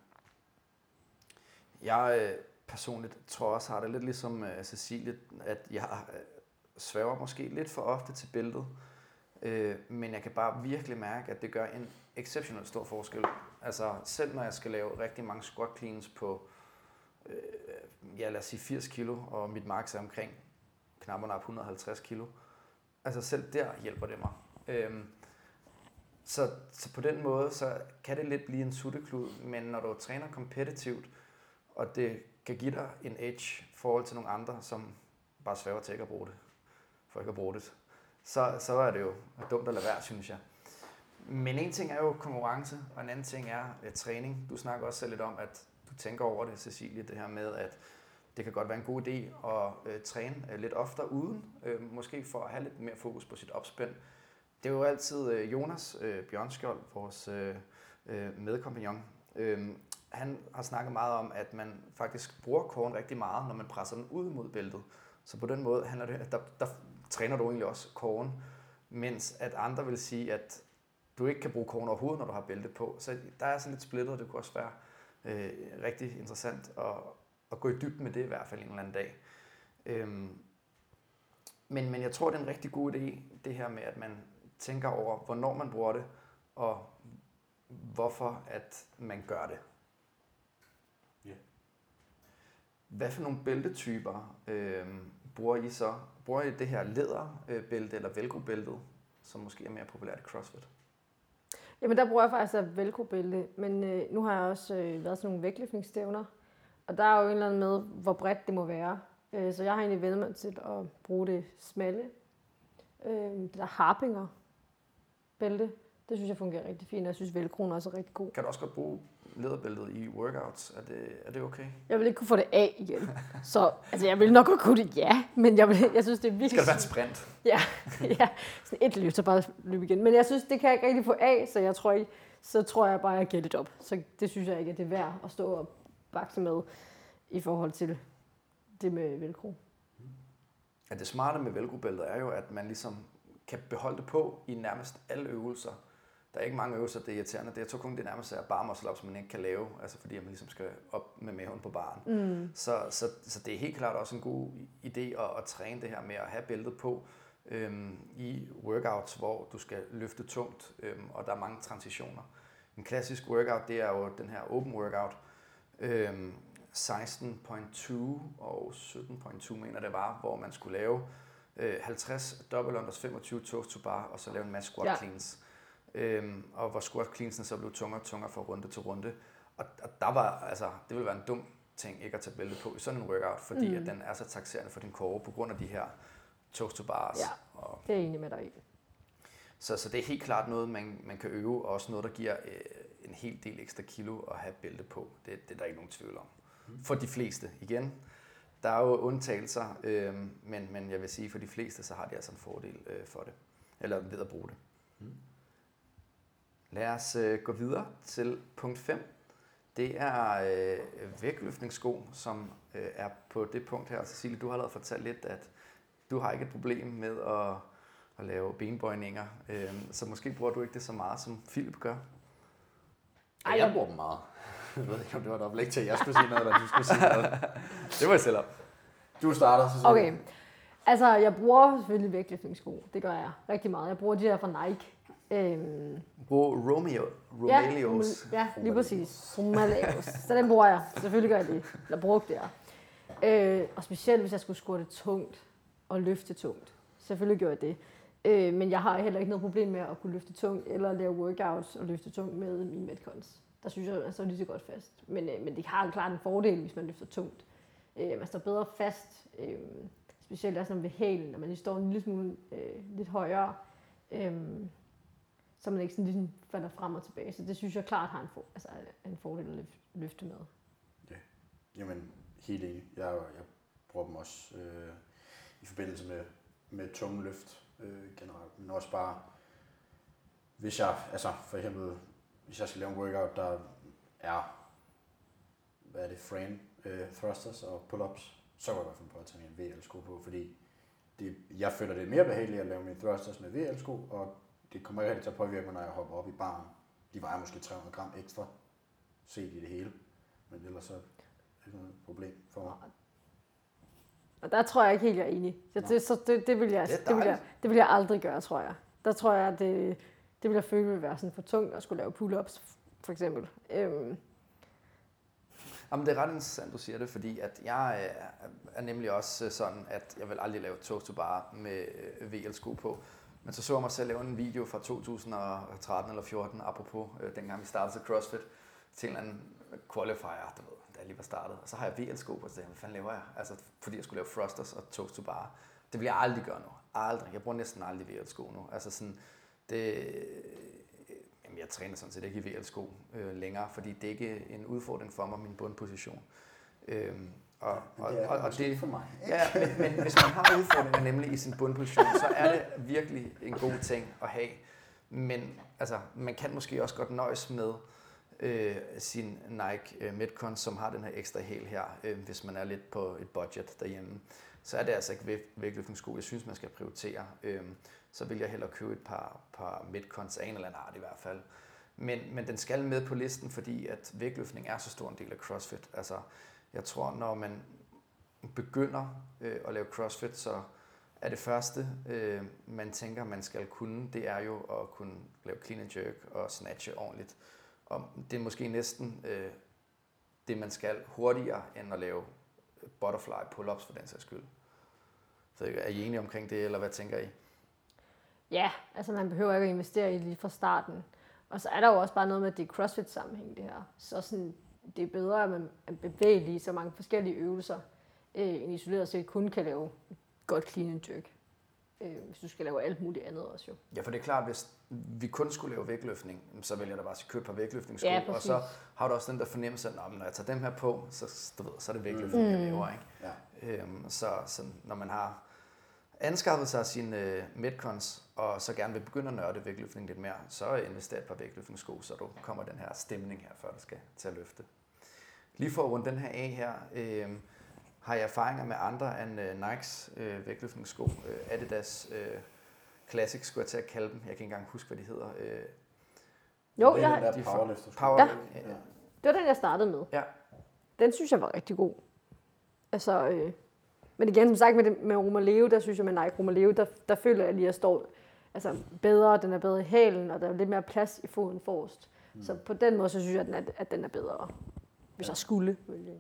[SPEAKER 1] Jeg øh, personligt tror også, har det lidt ligesom øh, Cecilie, at jeg øh, svæver måske lidt for ofte til bæltet. Øh, men jeg kan bare virkelig mærke, at det gør en exceptionelt stor forskel. Altså selv når jeg skal lave rigtig mange squat cleans på, øh, ja lad os sige firs kilo, og mit max er omkring knap under et hundrede og halvtreds kilo. Altså selv der hjælper det mig. Øh, så, så på den måde, så kan det lidt blive en sutteklud, men når du træner kompetitivt, og det kan give dig en edge i forhold til nogle andre, som bare svæver til ikke at bruge det, for ikke at bruge det, så, så er det jo dumt at lade være, synes jeg. Men en ting er jo konkurrence, og en anden ting er uh, træning. Du snakker også selv lidt om, at du tænker over det, Cecilie, det her med, at det kan godt være en god idé at uh, træne uh, lidt oftere uden, uh, måske for at have lidt mere fokus på sit opspænd. Det er jo altid uh, Jonas uh, Bjørnskjold, vores uh, uh, medkompagnon. Uh, han har snakket meget om, at man faktisk bruger koren rigtig meget, når man presser den ud mod bæltet. Så på den måde handler det, at der, der træner du egentlig også koren, mens at andre vil sige, at du ikke kan bruge koren overhovedet, når du har bælte på. Så der er sådan lidt splittet, og det kunne også være øh, rigtig interessant at, at gå i dybden med det i hvert fald en eller anden dag. Øhm, men, men jeg tror, det er en rigtig god idé, det her med, at man tænker over, hvornår man bruger det, og hvorfor at man gør det.
[SPEAKER 2] Yeah.
[SPEAKER 1] Hvad for nogle bæltetyper øh, bruger I så? Bruger I det her læderbælte eller velcro-bæltet, som måske er mere populært i CrossFit?
[SPEAKER 3] Jamen der bruger jeg faktisk velcro-bælte, men øh, nu har jeg også øh, været sådan nogle vægtløftningsstævner, og der er jo en eller anden med, hvor bredt det må være. Øh, så jeg har egentlig vendt mig til at bruge det smalle, øh, det der Harpinger-bælte. Det synes jeg fungerer rigtig fint, og jeg synes velcroen også er rigtig god.
[SPEAKER 1] Kan du også godt bruge læderbæltet i workouts? Er det, er det okay?
[SPEAKER 3] Jeg vil ikke kunne få det af igen. Så altså, jeg vil nok godt kunne det, ja, men jeg, vil, jeg synes, det er virkelig...
[SPEAKER 1] Skal det være en sprint?
[SPEAKER 3] Ja, ja, sådan et løb, så bare løb igen. Men jeg synes, det kan jeg ikke rigtig få af, så jeg tror, ikke, så tror jeg bare, at jeg giver det op. Så det synes jeg ikke, at det er værd at stå og bakse med i forhold til det med velcro.
[SPEAKER 1] Ja, det smarte med velcro-bæltet er jo, at man ligesom kan beholde det på i nærmest alle øvelser. Der er ikke mange øvelser, det er irriterende. Det jeg tror kun, det nærmest er bar muscle ups, man ikke kan lave, altså fordi man ligesom skal op med maven på baren. Mm. Så, så, så det er helt klart også en god idé at, at træne det her med at have bæltet på øhm, i workouts, hvor du skal løfte tungt, øhm, og der er mange transitioner. En klassisk workout, det er jo den her open workout, øhm, seksten komma to og sytten komma to mener det var, hvor man skulle lave øh, halvtreds double unders, femogtyve toes to bar, og så lave en masse squat ja. cleans. Øhm, og hvor squat cleansene så blev tungere og tungere fra runde til runde. Og, og der var, altså, det ville være en dum ting ikke at tage bælte på i sådan en workout, fordi mm. at den er så taxerende for din core på grund af de her toes to bars.
[SPEAKER 3] Ja,
[SPEAKER 1] og,
[SPEAKER 3] det er jeg enig med dig i.
[SPEAKER 1] Så, så det er helt klart noget, man, man kan øve, og også noget, der giver øh, en hel del ekstra kilo at have bælte på. Det, det er der ikke nogen tvivl om. Mm. For de fleste, igen. Der er jo undtagelser, øh, men, men jeg vil sige, for de fleste, så har de altså en fordel øh, for det, eller ved at bruge det. Mm. Lad os øh, gå videre til punkt fem. det er øh, vægtløftningssko, som øh, er på det punkt her. Cecilie, du har allerede fortalt lidt, at du har ikke et problem med at, at lave benbøjninger, øh, så måske bruger du ikke det så meget, som Philip gør.
[SPEAKER 2] Ej, jeg bruger dem meget. Jeg ved ikke, om det var et oplæg til, at jeg skulle sige noget, eller du skulle sige noget.
[SPEAKER 1] Det må jeg selv op.
[SPEAKER 2] Du starter, så
[SPEAKER 3] Okay. Altså, jeg bruger selvfølgelig vægtløftningssko. Det gør jeg rigtig meget. Jeg bruger de her fra Nike. Øhm,
[SPEAKER 1] Brug Romeo, Romaleos.
[SPEAKER 3] Ja, ja, lige præcis. Romaleos. Så den bruger jeg. Selvfølgelig gør jeg det. Jeg brugte det øh, Og specielt, hvis jeg skulle squatte tungt og løfte tungt. Selvfølgelig gør jeg det. Øh, men jeg har heller ikke noget problem med at kunne løfte tungt, eller lave workouts og løfte tungt med mine Metcons. Der synes jeg, man står lige så godt fast. Men, øh, men det har klart en fordel, hvis man løfter tungt. Øh, man står bedre fast. Øh, specielt der sådan ved hælen, når man lige står en lille smule øh, lidt højere. Øh, så man ikke sådan ligesom falder frem og tilbage. Så det synes jeg klart har en, for, altså en fordel at løfte med.
[SPEAKER 2] Ja, jamen helt enig. Jeg, jeg bruger dem også øh, i forbindelse med, med tunge løft øh, generelt. Men også bare, hvis jeg, altså for eksempel, hvis jeg skal lave en workout, der er, hvad er det, frame, øh, thrusters og pull-ups, så kan jeg godt finde på at tage min V L-sko på, fordi det, jeg føler, det er mere behageligt at lave mine thrusters med V L-sko, og det kommer ikke rigtig til at påvirke mig, når jeg hopper op i baren. De vejer måske tre hundrede gram ekstra, set i det hele. Men ellers så er det ikke noget problem for mig.
[SPEAKER 3] Og der tror jeg ikke helt, jeg er enig. Så det, så det, det, vil jeg,
[SPEAKER 1] det,
[SPEAKER 3] det, vil jeg, det vil jeg aldrig gøre, tror jeg. Der tror jeg, at det, det vil jeg føle vil være sådan for tungt at skulle lave pull-ups, for eksempel. Øhm.
[SPEAKER 1] Jamen, det er ret interessant, du siger det, fordi at jeg er nemlig også sådan, at jeg vil aldrig lave toes to bar med V L-sko på. Men så så jeg mig selv lave en video fra to tusind og tretten eller fjorten, apropos øh, dengang vi startede til CrossFit, til en eller anden qualifier, du ved, da jeg lige var startet. Og så har jeg V L-sko på, og så tænkte jeg, hvad fanden laver jeg? Altså, fordi jeg skulle lave thrusters og toes to bar. Det vil jeg aldrig gøre nu. Aldrig. Jeg bruger næsten aldrig V L-sko nu. Altså sådan, det... Jamen, jeg træner sådan set ikke i V L-sko øh, længere, fordi det ikke er en udfordring for mig, min bundposition. Øhm, Og, og,
[SPEAKER 2] det er
[SPEAKER 1] og, og det
[SPEAKER 2] for mig.
[SPEAKER 1] Ja, men, men hvis man har udfordringer nemlig i sin bundposition, så er det virkelig en god ting at have. Men altså, man kan måske også godt nøjes med øh, sin Nike øh, Metcon, som har den her ekstra hæl her, øh, hvis man er lidt på et budget derhjemme. Så er det altså ikke vægtløftningssko, jeg synes, man skal prioritere. Øh, så vil jeg hellere købe et par, par Metcons af en eller anden art i hvert fald. Men, men den skal med på listen, fordi at vægtløftning er så stor en del af CrossFit. Altså, jeg tror, når man begynder øh, at lave CrossFit, så er det første, øh, man tænker, man skal kunne, det er jo at kunne lave clean and jerk og snatche ordentligt. Og det er måske næsten øh, det, man skal hurtigere, end at lave butterfly pull-ups for den sags skyld. Så er I enige omkring det, eller hvad tænker I?
[SPEAKER 3] Ja, altså man behøver ikke at investere i det lige fra starten. Og så er der jo også bare noget med, at det er CrossFit-sammenhæng, det her. Så sådan, det er bedre, at man er bevægelig i så mange forskellige øvelser, øh, end isoleret set kun kan lave godt clean and jerk. Øh, hvis du skal lave alt muligt andet også jo.
[SPEAKER 1] Ja, for det er klart, hvis vi kun skulle lave vægtløftning, så vælger jeg da bare at købe et par vægtløftningssko,
[SPEAKER 3] ja,
[SPEAKER 1] og så har du også den der fornemmelse, at når jeg tager dem her på, så, du ved, så er det vægtløftning, mm. jeg laver, ikke? Ja. Øhm, så, så når man har anskaffet sig sine øh, Metcons, og så gerne vil begynde at nørde vægtløftning lidt mere, så invester et par vægtløftningssko, så du kommer den her stemning her, før du skal til at løfte. Lige for at runde den her af her, øh, har jeg erfaringer med andre end øh, Nikes øh, vægtløftningssko. Øh, Adidas øh, Classic, skulle jeg til at kalde dem. Jeg kan ikke engang huske, hvad de hedder. Øh,
[SPEAKER 3] jo,
[SPEAKER 2] det
[SPEAKER 3] jeg
[SPEAKER 2] er den der powerlifter.
[SPEAKER 1] Power,
[SPEAKER 3] ja.
[SPEAKER 1] ja.
[SPEAKER 3] Det var den, jeg startede med.
[SPEAKER 1] Ja.
[SPEAKER 3] Den synes jeg var rigtig god. Altså, øh, men igen, som sagt med, det, med Romaleo, der synes jeg med Nike Romaleo, der, der føler jeg lige, at jeg står altså, bedre, den er bedre i hælen, og der er lidt mere plads i foden forrest. Mm. Så på den måde, så synes jeg, at den er, at den er bedre, hvis ja. jeg skulle.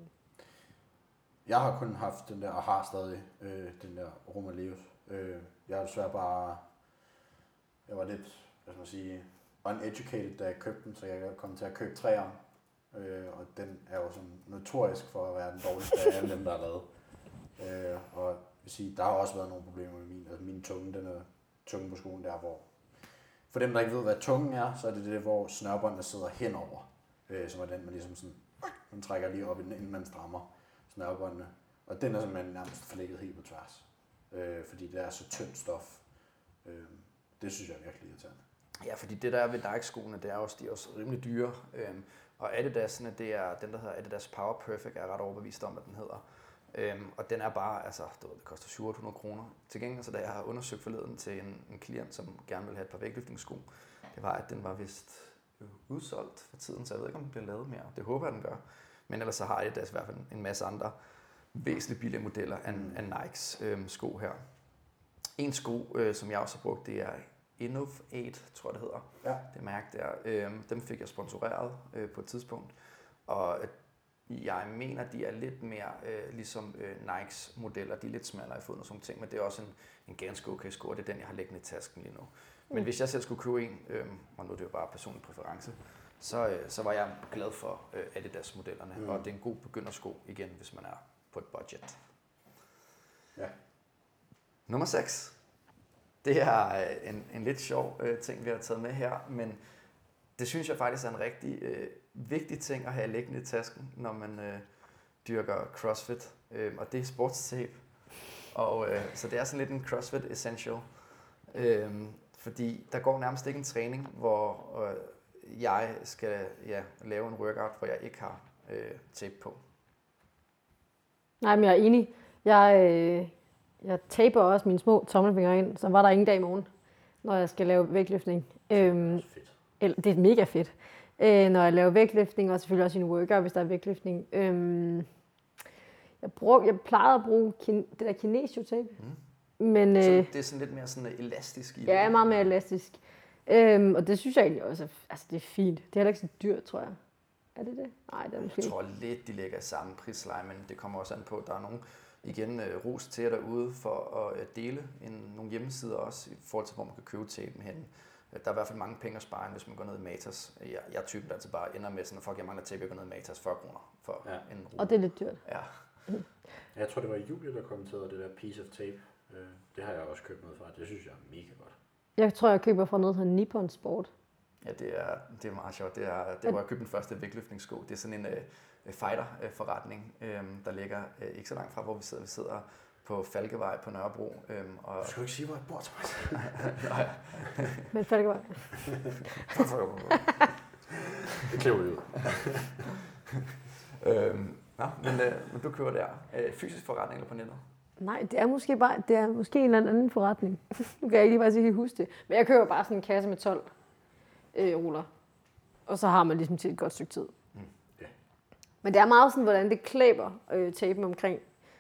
[SPEAKER 2] Jeg har kun haft den der, og har stadig øh, den der Romaleos. Øh, jeg er desværre bare, jeg var lidt, hvad skal man sige, uneducated, da jeg købte den, så jeg kom til at købe træerne. Øh, og den er jo sådan notorisk for at være den dårligste af alle dem, der er lavet. Øh, og jeg vil sige, der har også været nogle problemer med min, altså min tunge, den er tunge på skoen der, hvor, for dem, der ikke ved, hvad tungen er, så er det det, hvor snørbåndene sidder henover, øh, som er den, man ligesom sådan, man trækker lige op, inden man strammer snørbåndene. Og den er simpelthen nærmest flækket helt på tværs, øh, fordi det er så tyndt stof. Øh, det synes jeg er virkelig irriterende.
[SPEAKER 1] Ja, fordi det der er ved Nike-skoene, det er også, de er også rimelig dyre. Øhm, Og Adidas'ene, det er den, der hedder Adidas Power Perfect, er ret overbevist om, at den hedder. Øhm, og den er bare, altså, det, det koster syv hundrede kroner. Til gengæld, så da jeg har undersøgt forleden til en, en klient, som gerne vil have et par vægtløftningssko, det var, at den var vist udsolgt for tiden, så jeg ved ikke, om den bliver lavet mere. Det håber jeg, den gør. Men ellers så har Adidas i hvert fald en masse andre væsentligt billige modeller af, mm. af Nikes øhm, sko her. En sko, øh, som jeg også har brugt, det er Innov otte, tror jeg det hedder. Ja. Det mærke der. Øhm, dem fik jeg sponsoreret øh, på et tidspunkt. Og jeg mener, de er lidt mere øh, ligesom øh, Nikes modeller. De er lidt smallere i foden og sådan ting, men det er også en, en ganske okay sko, og det er den, jeg har liggende i tasken lige nu. Men mm. hvis jeg selv skulle købe en, øh, og nu er det jo bare personlig præference, så, øh, så var jeg glad for øh, Adidas-modellerne, mm. og det er en god begyndersko igen, hvis man er på et budget.
[SPEAKER 2] Ja.
[SPEAKER 1] Nummer seks. Det er øh, en, en lidt sjov øh, ting, vi har taget med her, men det synes jeg faktisk er en rigtig øh, vigtig ting at have liggende i tasken, når man øh, dyrker CrossFit, øh, og det er sportstape. Og øh, så det er sådan lidt en CrossFit essential, øh, fordi der går nærmest ikke en træning, hvor øh, jeg skal ja, lave en workout, hvor jeg ikke har øh, tape på.
[SPEAKER 3] Nej, men jeg er enig. Jeg, øh, jeg taper også mine små tommelfingre ind, så var der ingen dag i morgen, når jeg skal lave vægtløftning. Øhm, eller, det er mega fedt. Øh, når jeg laver vægtløftning, og selvfølgelig også en workout, hvis der er vægtløftning. Øhm, jeg, brug, jeg plejede at bruge kin, det der kinesiotape. Mm. Men, øh,
[SPEAKER 1] så det er sådan lidt mere sådan elastisk i det?
[SPEAKER 3] Ja, meget mere elastisk. Øhm, og det synes jeg egentlig også, altså det er fint. Det er heller ikke så dyrt, tror jeg. Er det det? Nej, det er måske.
[SPEAKER 1] Jeg tror lidt, de ligger i samme prisleje, men det kommer også an på, der er nogle, igen, uh, ros til jer derude for at uh, dele en, nogle hjemmesider også, i forhold til, hvor man kan købe tapen hen. Der er i hvert fald mange penge at spare, hvis man går ned i Matas. Jeg, jeg er typen, der altså bare ender med sådan, at folk, jeg mangler tape, jeg går ned i Matas fyrre kroner for ja. en rulle.
[SPEAKER 3] Og det er lidt dyrt.
[SPEAKER 1] Ja.
[SPEAKER 2] Mm. Jeg tror, det var Julie, der kommenterede det der piece of tape. Det har jeg også købt noget fra. Det synes jeg er mega godt.
[SPEAKER 3] Jeg tror, jeg køber fra noget, der hedder Nippon Sport.
[SPEAKER 1] Ja, det er, det er meget sjovt. Det er, det er, hvor jeg købte den første vægtløftningssko. Det er sådan en uh, fighter-forretning, um, der ligger uh, ikke så langt fra, hvor vi sidder. Vi sidder på Falkevej på Nørrebro. Um, og
[SPEAKER 2] du skal jo ikke sige, hvor jeg bor, Thomas.
[SPEAKER 1] Nej.
[SPEAKER 3] Men Falkevej.
[SPEAKER 2] Det klæver vi ud.
[SPEAKER 1] øhm, nå, men, uh, men du køber der uh, fysisk forretning eller på nettet?
[SPEAKER 3] Nej, det er måske bare, det er måske en eller anden forretning. Nu kan jeg ikke lige bare sige, huske det. Men jeg køber bare sådan en kasse med tolv øh, ruller. Og så har man ligesom til et godt stykke tid. Mm. Yeah. Men det er meget sådan, hvordan det klæber øh, tapen omkring.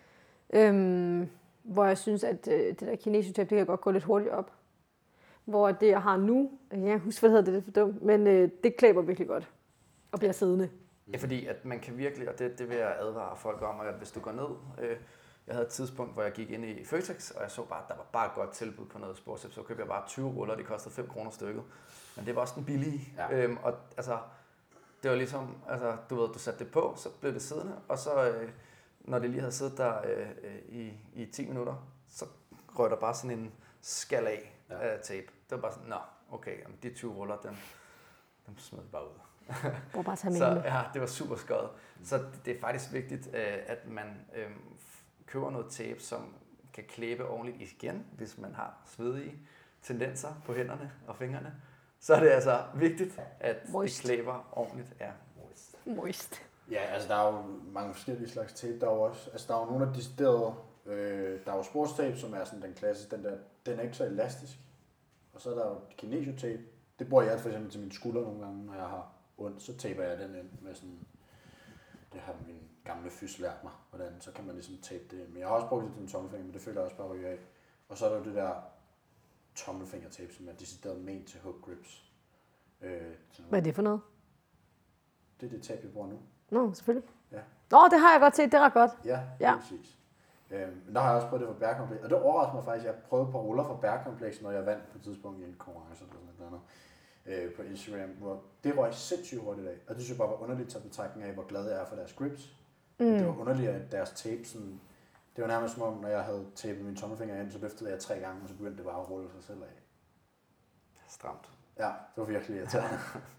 [SPEAKER 3] Øhm, hvor jeg synes, at øh, det der kinesiotape, det kan godt gå lidt hurtigt op. Hvor det, jeg har nu, jeg kan ikke huske, hvad det hedder, det er for dumt, men øh, det klæber virkelig godt og bliver siddende.
[SPEAKER 1] Ja, fordi at man kan virkelig, og det, det vil jeg advare folk om, at hvis du går ned... Øh, Jeg havde et tidspunkt, hvor jeg gik ind i Føtex, og jeg så bare, at der var bare et godt tilbud på noget sportstip, så købte jeg bare tyve ruller, de kostede fem kroner stykket. Men det var også den billige. Ja. Øhm, og altså, det var ligesom, altså, du ved, du satte det på, så blev det siddende, og så, øh, når det lige havde siddet der øh, i, i ti minutter, så røg der bare sådan en skal af ja. af tape. Det var bare sådan, nå, okay, jamen, de tyve ruller, dem, dem smed vi bare ud.
[SPEAKER 3] Hvor bare tage med
[SPEAKER 1] så ja, det var super skødt. Så det er faktisk vigtigt, øh, at man øh, køber noget tape, som kan klæbe ordentligt igen, hvis man har svedige tendenser på hænderne og fingrene. Så er det altså vigtigt, at moist. Det klæber ordentligt. Ja, moist.
[SPEAKER 3] Moist.
[SPEAKER 2] Ja, altså der er jo mange forskellige slags tape. Der er jo også, altså der er jo nogle af de steder, øh, der er jo sportstape, som er sådan den klassiske, den der, den er ikke så elastisk. Og så er der jo kinesiotape. Det bruger jeg for eksempel til mine skuldre nogle gange, når jeg har ondt, så taper jeg den ind med sådan, det har min gamle fys lært mig, hvordan, så kan man ligesom tape det. Men jeg har også brugt det til min tommelfinger, men det føler jeg også bare ryger af. Og så er der jo det der tommelfingertape, som er decideret ment til hook grips. Øh,
[SPEAKER 3] Hvad er det for noget?
[SPEAKER 2] Det er det tape, jeg bruger nu.
[SPEAKER 3] Nå, selvfølgelig.
[SPEAKER 2] Ja.
[SPEAKER 3] Nå, det har jeg godt set, det er ret godt.
[SPEAKER 2] Ja, ja. Præcis. Øh, men der har jeg også prøvet det fra Bærkomplex, og det overrasker mig faktisk, at jeg prøvede på ruller fra Bærkomplex, når jeg vandt på et tidspunkt i en konkurrence eller sådan noget øh, på Instagram, hvor det røg sindssygt hurtigt af. Og det synes jeg bare var underligt til betragtning af, hvor glad jeg er for deres grips. Mm. Det var underligt, at deres tape sådan, det var nærmest som om, når jeg havde tapet mine tommelfinger ind, så løftede jeg tre gange, og så begyndte det bare at rulle sig selv af.
[SPEAKER 1] Stramt.
[SPEAKER 2] Ja, det var virkelig irriterende.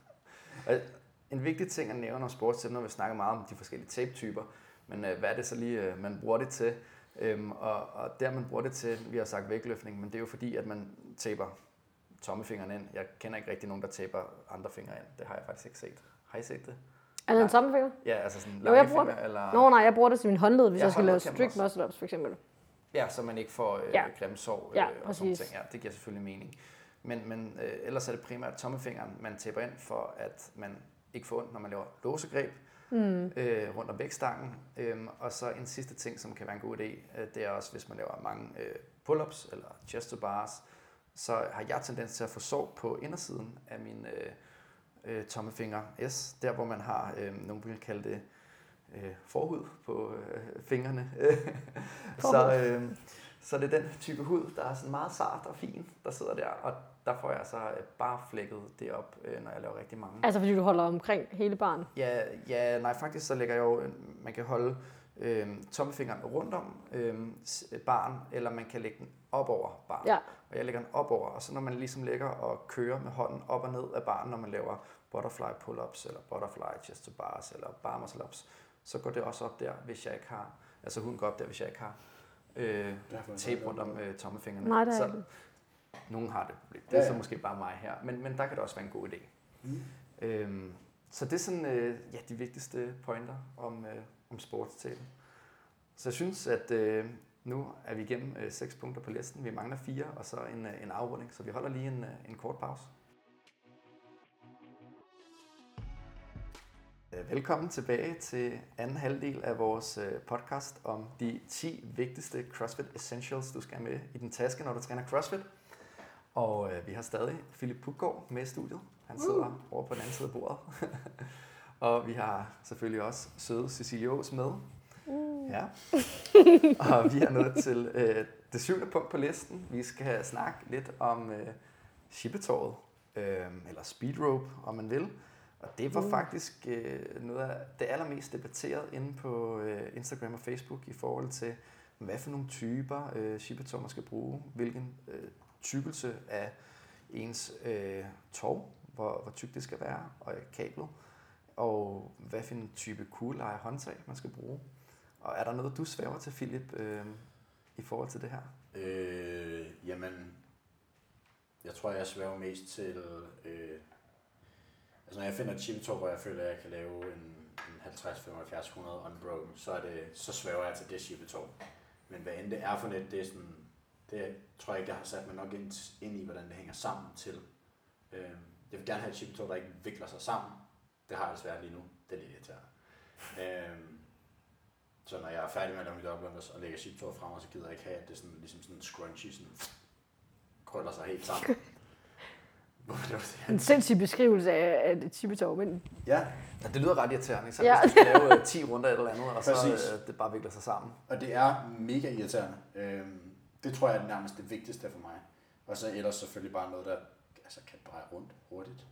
[SPEAKER 1] En vigtig ting at nævne om sportstape, når vi snakker meget om de forskellige tape-typer, men øh, hvad er det så lige, øh, man bruger det til? Øhm, og, og der man bruger det til, vi har sagt vægtløftning, men det er jo fordi, at man taper tommelfingeren ind. Jeg kender ikke rigtig nogen, der taber andre fingre ind. Det har jeg faktisk ikke set. Har I set det?
[SPEAKER 3] Er det en tommelfinger?
[SPEAKER 1] Ja, altså sådan
[SPEAKER 3] Jo, jeg bruger
[SPEAKER 1] langefinger, eller...
[SPEAKER 3] Nå nej, jeg bruger det til min håndled, hvis
[SPEAKER 1] Ja,
[SPEAKER 3] jeg skal lave
[SPEAKER 1] håndled kan man
[SPEAKER 3] strict
[SPEAKER 1] også.
[SPEAKER 3] muscle-ups, for eksempel.
[SPEAKER 1] Ja, så man ikke får øh,
[SPEAKER 3] Ja.
[SPEAKER 1] grimme sår øh,
[SPEAKER 3] Ja,
[SPEAKER 1] og sådan
[SPEAKER 3] præcis.
[SPEAKER 1] ting. Ja, det giver selvfølgelig mening. Men, men øh, ellers er det primært tommelfingeren, man taber ind for, at man ikke får ondt, når man laver låsegreb mm. øh, rundt om vægtstangen. Øhm, og så en sidste ting, som kan være en god idé, øh, det er også, hvis man laver mange øh, pull-ups eller chest to bars, så har jeg tendens til at få sår på indersiden af min øh, øh, tommelfinger S, der hvor man har, øh, nogen vil kalde det, øh, forhud på øh, fingrene. så, øh, så det er den type hud, der er sådan meget sart og fin, der sidder der, og der får jeg så øh, bare flækket det op, øh, når jeg laver rigtig mange.
[SPEAKER 3] Altså fordi du holder omkring hele barnet?
[SPEAKER 1] Ja, ja, nej, faktisk så lægger jeg jo, man kan holde øh, tommelfingeren rundt om øh, barn, eller man kan lægge den op over barn.
[SPEAKER 3] Ja.
[SPEAKER 1] Og jeg lægger den op over, og så når man ligesom lægger og kører med hånden op og ned af barn, når man laver butterfly pull-ups, eller butterfly chest to bars, eller bar muscle ups, så går det også op der, hvis jeg ikke har, altså huden går op der, hvis jeg ikke har øh, tape rundt om øh, tommelfingrene.
[SPEAKER 3] Nej, det er
[SPEAKER 1] så,
[SPEAKER 3] ikke.
[SPEAKER 1] nogen har det problem. Det er
[SPEAKER 2] Ja, ja.
[SPEAKER 1] så måske bare mig her, men, men der kan det også være en god idé.
[SPEAKER 2] Mm.
[SPEAKER 1] Øhm, så det er sådan, øh, ja, de vigtigste pointer om, øh, om sportstapen. Så jeg synes, at øh, nu er vi igennem øh, seks punkter på listen. Vi mangler fire, og så en, øh, en afrunding, så vi holder lige en, øh, en kort pause. Velkommen tilbage til anden halvdel af vores podcast om de ti vigtigste CrossFit Essentials, du skal have med i din taske, når du træner CrossFit. Og øh, vi har stadig Philip Puggaard med i studiet. Han sidder uh. over på den anden side af bordet. Og vi har selvfølgelig også søde Cecilie Aas med. Uh. Ja. Og vi er nået til øh, det syvende punkt på listen. Vi skal snakke lidt om øh, Shippetåret, øh, eller speed rope, om man vil. Og det var mm. faktisk øh, noget af det allermest debatteret inde på øh, Instagram og Facebook i forhold til, hvad for nogle typer øh, shippetov man skal bruge, hvilken øh, tykkelse af ens øh, tov, hvor, hvor tyk det skal være, og kablet, og hvad for en type kugleleje håndtag man skal bruge. Og er der noget, du svæver til, Philip, øh, i forhold til det her?
[SPEAKER 2] Øh, jamen, jeg tror, jeg svæver mest til... Øh Altså når jeg finder et shippetov, hvor jeg føler, at jeg kan lave en, en halvtreds, femoghalvfjerds, hundrede unbroken, så, er det, så svæver jeg til det shippetov. Men hvad end det er for net, det er sådan, det tror jeg ikke, jeg har sat mig nok ind, ind i, hvordan det hænger sammen til. Øh, jeg vil gerne have et shippetov, der ikke vikler sig sammen. Det har jeg svært lige nu. Det er lidt irriterende. Øh, så når jeg er færdig med at lave mit uplanders og lægger shippetov frem, så gider jeg ikke have, at det er sådan, ligesom sådan en scrunchy, sådan krøller sig helt sammen.
[SPEAKER 3] En sindssyg beskrivelse af et shippetov, men...
[SPEAKER 2] Ja.
[SPEAKER 1] Ja, det lyder ret irriterende, så
[SPEAKER 3] ja.
[SPEAKER 1] hvis du skal lave uh, ti runder eller andet, og så uh, det bare vikler sig sammen.
[SPEAKER 2] Og det er mega irriterende. Øhm, det tror jeg er nærmest det vigtigste for mig. Og så ellers selvfølgelig bare noget, der altså, kan dreje rundt hurtigt.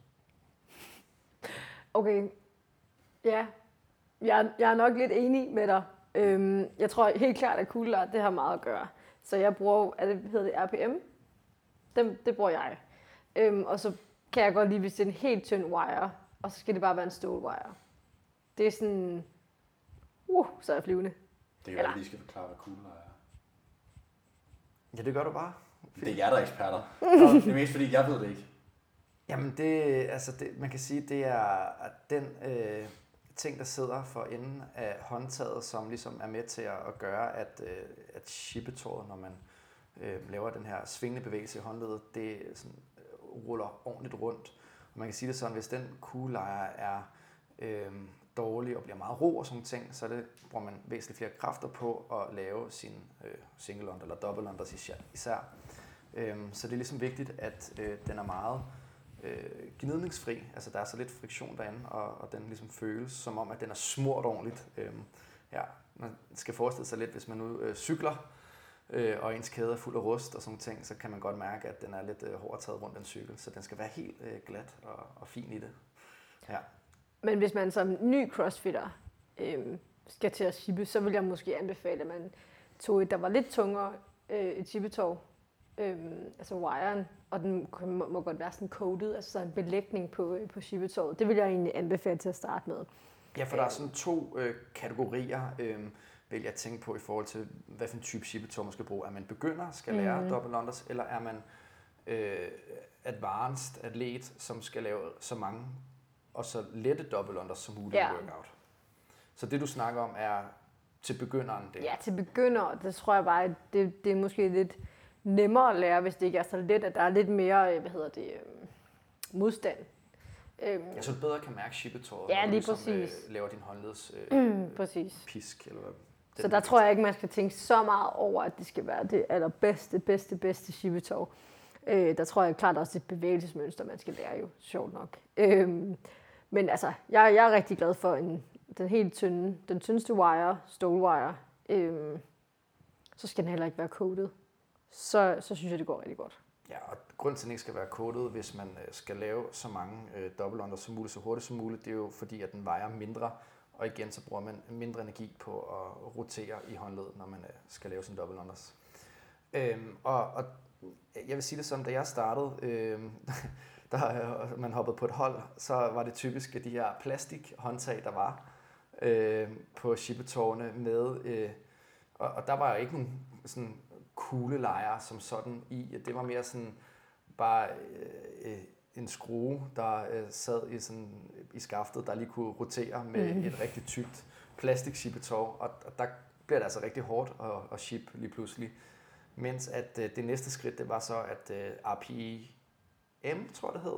[SPEAKER 3] Okay. Ja. Jeg, jeg er nok lidt enig med dig. Øhm, jeg tror helt klart, at kugleleje, det har meget at gøre. Så jeg bruger, er det, hedder det R P M? Dem, det bruger jeg. Øhm, og så kan jeg godt lide, hvis det er en helt tynd wire, og så skal det bare være en stålwire. Det er sådan, uh, så er jeg flyvende.
[SPEAKER 2] Det kan være, at vi skal forklare, hvad kugleleje er.
[SPEAKER 1] Ja, det gør du bare.
[SPEAKER 2] Det er jer, der er eksperter. Det er mest fordi, jeg ved det ikke.
[SPEAKER 1] Jamen, det, altså det, man kan sige, det er den øh, ting, der sidder for enden af håndtaget, som ligesom er med til at, at gøre, at, øh, at shippetåret, når man øh, laver den her svingende bevægelse i håndledet, det sådan, øh, ruller ordentligt rundt. Og man kan sige det sådan, hvis den kugleleje er øh, dårlig og bliver meget ro og sådan ting, så det, bruger man væsentligt flere kræfter på at lave sin øh, single under eller double unders især. Øh, så det er ligesom vigtigt, at øh, den er meget øh, gnidningsfri, altså der er så lidt friktion derinde, og, og den ligesom føles som om, at den er smurt ordentligt. Øh, ja, man skal forestille sig lidt, hvis man nu øh, cykler, øh, og ens kæde er fuld af rust og sådan ting, så kan man godt mærke, at den er lidt øh, hårdt taget rundt den cykel, så den skal være helt øh, glat og, og fin i det. Ja.
[SPEAKER 3] Men hvis man som ny crossfitter øh, skal til at shippe, så vil jeg måske anbefale, at man tog et, der var lidt tungere, øh, et shippetov, øh, altså wiren, og den må, må godt være sådan coated, altså sådan en belægning på, øh, på shippetovet. Det vil jeg egentlig anbefale til at starte med.
[SPEAKER 1] Ja, for der er sådan to øh, kategorier, øh, vil jeg tænke på i forhold til, hvad for en type shippetov man skal bruge. Er man begynder, skal lære mm. double unders, eller er man øh, advanced atlet, som skal lave så mange og så lette double unders som muligt
[SPEAKER 3] Ja.
[SPEAKER 1] workout. Så det du snakker om er til begynderen det.
[SPEAKER 3] Ja, til begyndere, det tror jeg bare, at det, det er måske lidt nemmere at lære, hvis det ikke er så let, at der er lidt mere, hvad hedder det, øhm, modstand. Øhm,
[SPEAKER 1] Ja, så du bedre kan mærke shippetåret,
[SPEAKER 3] Ja,
[SPEAKER 1] når du
[SPEAKER 3] lige
[SPEAKER 1] ligesom,
[SPEAKER 3] præcis.
[SPEAKER 1] øh, laver din håndleds øh,
[SPEAKER 3] mm, præcis.
[SPEAKER 1] pisk. Eller hvad.
[SPEAKER 3] Så der tror jeg ikke, man skal tænke så meget over, at det skal være det allerbedste, bedste, bedste shippetår. Øh, der tror jeg klart også, det er et bevægelsesmønster, man skal lære jo, sjovt nok. Øhm, men altså, jeg, jeg er rigtig glad for en, den helt tynde, den tyndeste wire, stole wire. Øhm, så skal den heller ikke være coated. Så, så synes jeg, det går rigtig godt.
[SPEAKER 1] Ja, og grunden til, at den ikke skal være coated, hvis man øh, skal lave så mange øh, double unders som muligt, så hurtigt som muligt, det er jo fordi, at den vejer mindre. Og igen, så bruger man mindre energi på at rotere i håndledet, når man øh, skal lave sin double unders. Øhm, og, og jeg vil sige det sådan, da jeg startede, øh, da man hoppede på et hold, så var det typisk de her plastikhåndtag, der var øh, på shippetårne med, øh, og, og der var jo ikke nogen sådan kuglelejer som sådan i. Det var mere sådan bare øh, en skrue, der øh, sad i, sådan, i skaftet, der lige kunne rotere med mm. et rigtig tykt plastik-shippetår, og, og der blev det altså rigtig hårdt at, at ship lige pludselig. Mens at øh, det næste skridt, det var så, at øh, R P M, tror jeg det hed,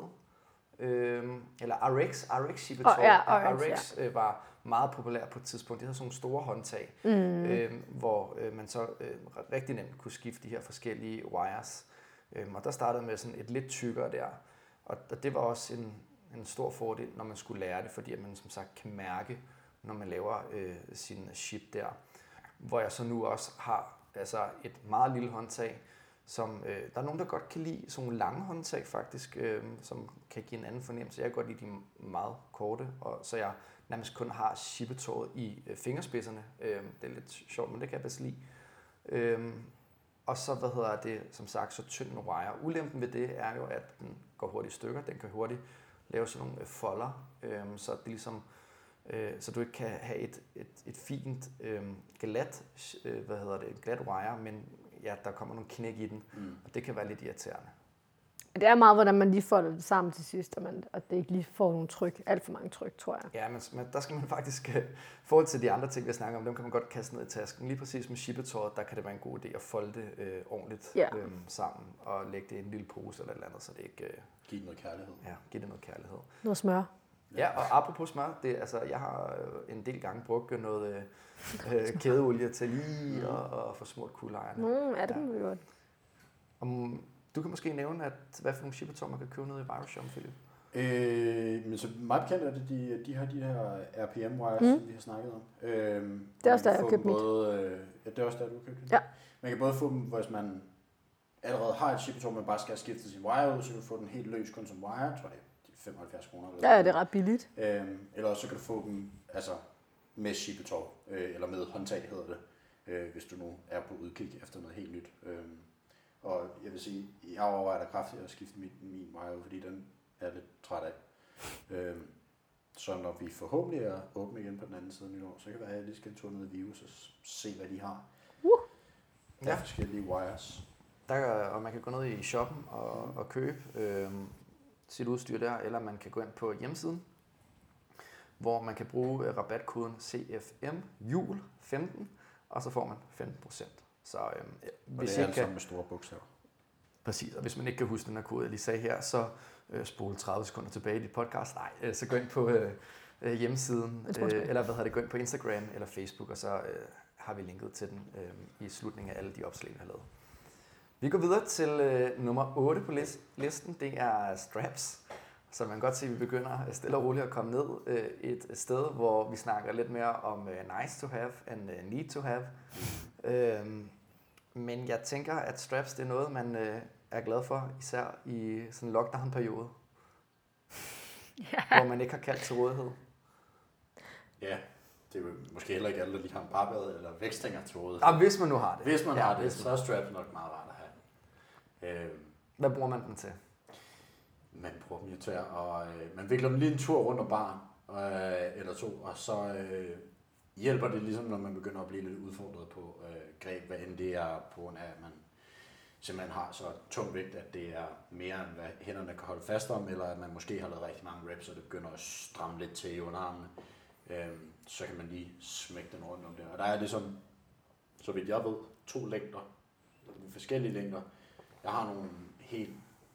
[SPEAKER 1] øh, eller R X, R X shippetår,
[SPEAKER 3] oh, ja, R X,
[SPEAKER 1] R X øh, var meget populær på et tidspunkt. Det havde sådan nogle store håndtag,
[SPEAKER 3] mm.
[SPEAKER 1] øh, hvor øh, man så øh, rigtig nemt kunne skifte de her forskellige wires. Øh, og der startede med sådan et lidt tykkere der, og, og det var også en, en stor fordel, når man skulle lære det, fordi at man som sagt kan mærke, når man laver øh, sin ship der. Hvor jeg så nu også har altså et meget lille håndtag, som øh, der er nogen, der godt kan lide sådan nogle lange håndtag faktisk, øh, som kan give en anden fornemmelse. Jeg kan godt lide de meget korte, og så jeg nærmest kun har shippetåret i øh, fingerspidserne. Øh, det er lidt sjovt, men det kan jeg bedst lide. Øh, og så, hvad hedder det, som sagt, så tynd en wire. Ulempen ved det er jo, at den går hurtigt i stykker. Den kan hurtigt lave sådan nogle øh, folder, øh, så det ligesom øh, så du ikke kan have et, et, et fint øh, glat, øh, hvad hedder det, glat wire, men ja, der kommer nogle knæk i den, mm. og det kan være lidt irriterende.
[SPEAKER 3] Det er meget, hvordan man lige får det sammen til sidst, og, man, og det ikke lige får nogle tryk, alt for mange tryk, tror jeg.
[SPEAKER 1] Ja, men, men der skal man faktisk, i forhold til de andre ting, vi snakker om, dem kan man godt kaste ned i tasken. Lige præcis med shippetåret, der kan det være en god idé at folde det øh, ordentligt
[SPEAKER 3] ja.
[SPEAKER 1] øh, sammen, og lægge det i en lille pose eller et eller andet, så det ikke... Øh,
[SPEAKER 2] Giv det noget kærlighed.
[SPEAKER 1] Ja, giv det noget kærlighed.
[SPEAKER 3] Noget smør.
[SPEAKER 1] Ja, og apropos smør, det, altså, jeg har en del gange brugt noget øh, kædeolie til lige at, at få smurt kuglejerne.
[SPEAKER 3] Mm, ja, det kan vi godt.
[SPEAKER 1] Um, du kan måske nævne, at hvad for nogle shippetår man kan købe ned i Virushop, Philip?
[SPEAKER 2] Øh, men så meget bekendt er det, de, de har de her R P M wires,
[SPEAKER 3] mm.
[SPEAKER 2] som vi har snakket om. Øh,
[SPEAKER 3] det er også der, jeg købte mit.
[SPEAKER 2] Både, øh, ja, det er også der, du har købt mit.
[SPEAKER 3] Ja.
[SPEAKER 2] Man kan både få dem, hvis man allerede har et shippetår, man bare skal have skiftet sin wire ud, så kan du få den helt løs kun som wire, jeg tror det er femoghalvfjerds kroner. Eller
[SPEAKER 3] ja, det er ret billigt.
[SPEAKER 2] Øh, eller også så kan du få dem altså, med shippetår, øh, eller med håndtag hedder det, øh, hvis du nu er på udkig efter noget helt nyt. Øh, og jeg vil sige, jeg overvejer da kraftigt at skifte min, min wire ud, fordi den er jeg lidt træt af. Øh, så når vi forhåbentlig er åbne igen på den anden side af nytår, så kan det være, at jeg lige skal en tur ned i Vivus og se, hvad de har.
[SPEAKER 3] Uh.
[SPEAKER 2] Der er
[SPEAKER 1] Ja.
[SPEAKER 2] forskellige wires.
[SPEAKER 1] Der, og man kan gå ned i shoppen og, og købe øh, sit udstyr der, eller man kan gå ind på hjemmesiden, hvor man kan bruge øh, rabatkoden C F M jul femten, og så får man femten procent. Så øh,
[SPEAKER 2] Og
[SPEAKER 1] hvis
[SPEAKER 2] det er
[SPEAKER 1] ikke
[SPEAKER 2] alt
[SPEAKER 1] kan,
[SPEAKER 2] sammen med store bogstaver.
[SPEAKER 1] præcis, og hvis man ikke kan huske den her kode, jeg lige sagde her, så øh, spole tredive sekunder tilbage i dit podcast. Nej, øh, så gå ind på øh, øh, hjemmesiden, øh, eller hvad hedder det, gå ind på Instagram eller Facebook, og så øh, har vi linket til den øh, i slutningen af alle de opslag, vi har lavet. Vi går videre til øh, nummer otte på list- listen, det er straps. Så man kan godt se, at vi begynder stille og roligt at komme ned øh, et sted, hvor vi snakker lidt mere om øh, nice to have and uh, need to have. Øhm, men jeg tænker, at straps det er noget, man øh, er glad for, især i sådan en lockdown-periode,
[SPEAKER 3] Ja.
[SPEAKER 1] hvor man ikke har kaldt til rådighed.
[SPEAKER 2] Ja, det er jo måske heller ikke alle, der lige har en barbade eller vækstænger til rådighed.
[SPEAKER 1] Ah, hvis man nu har det.
[SPEAKER 2] Hvis man
[SPEAKER 1] Ja,
[SPEAKER 2] har det,
[SPEAKER 1] hvis
[SPEAKER 2] så er straps nok meget rart at have. Øh,
[SPEAKER 1] Hvad bruger man den til?
[SPEAKER 2] man bruger dem jo til at, og øh, man vikler dem lige en tur rundt om baren, øh, eller to, og så øh, hjælper det ligesom, når man begynder at blive lidt udfordret på øh, greb, hvad end det er på grund af, at man simpelthen har så tung vægt, at det er mere end hvad hænderne kan holde fast om, eller at man måske har lavet rigtig mange reps, og det begynder at stramme lidt til i underarmene. Øhm, så kan man lige smække den rundt om det. Og der er ligesom, så vidt jeg ved, to længder, forskellige længder. Jeg har nogle helt,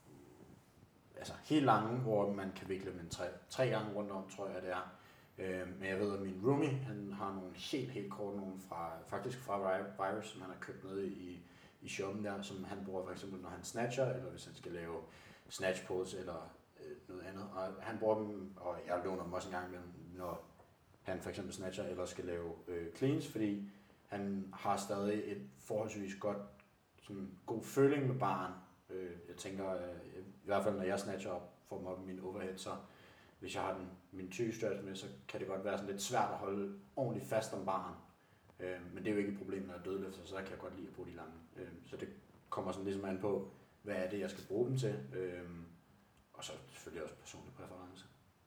[SPEAKER 2] altså helt lange, hvor man kan vikle dem en tre, tre gange rundt om, tror jeg det er. Øhm, men jeg ved, at min roomie, han har nogle helt, helt korte nogle fra, faktisk fra Virus, som han har købt nede i, i shoppen der, som han bruger for eksempel, når han snatcher, eller hvis han skal lave snatch pose eller øh, noget andet. Og han bruger dem, og jeg låner dem også en gang imellem, når han for eksempel snatcher eller skal lave øh, cleans, fordi han har stadig et forholdsvis godt, sådan, god føling med baren. Øh, jeg tænker, øh, i hvert fald når jeg snatcher op, får dem op i min overhead, så hvis jeg har den, min tykke straps med, så kan det godt være sådan lidt svært at holde ordentligt fast om baren. Øh, men det er jo ikke et problem, når jeg dødløfter, så der kan jeg godt lide at bruge de lange. Øh, så det kommer sådan ligesom an på, hvad er det, jeg skal bruge dem til. Øh, og så selvfølgelig også personlig præference.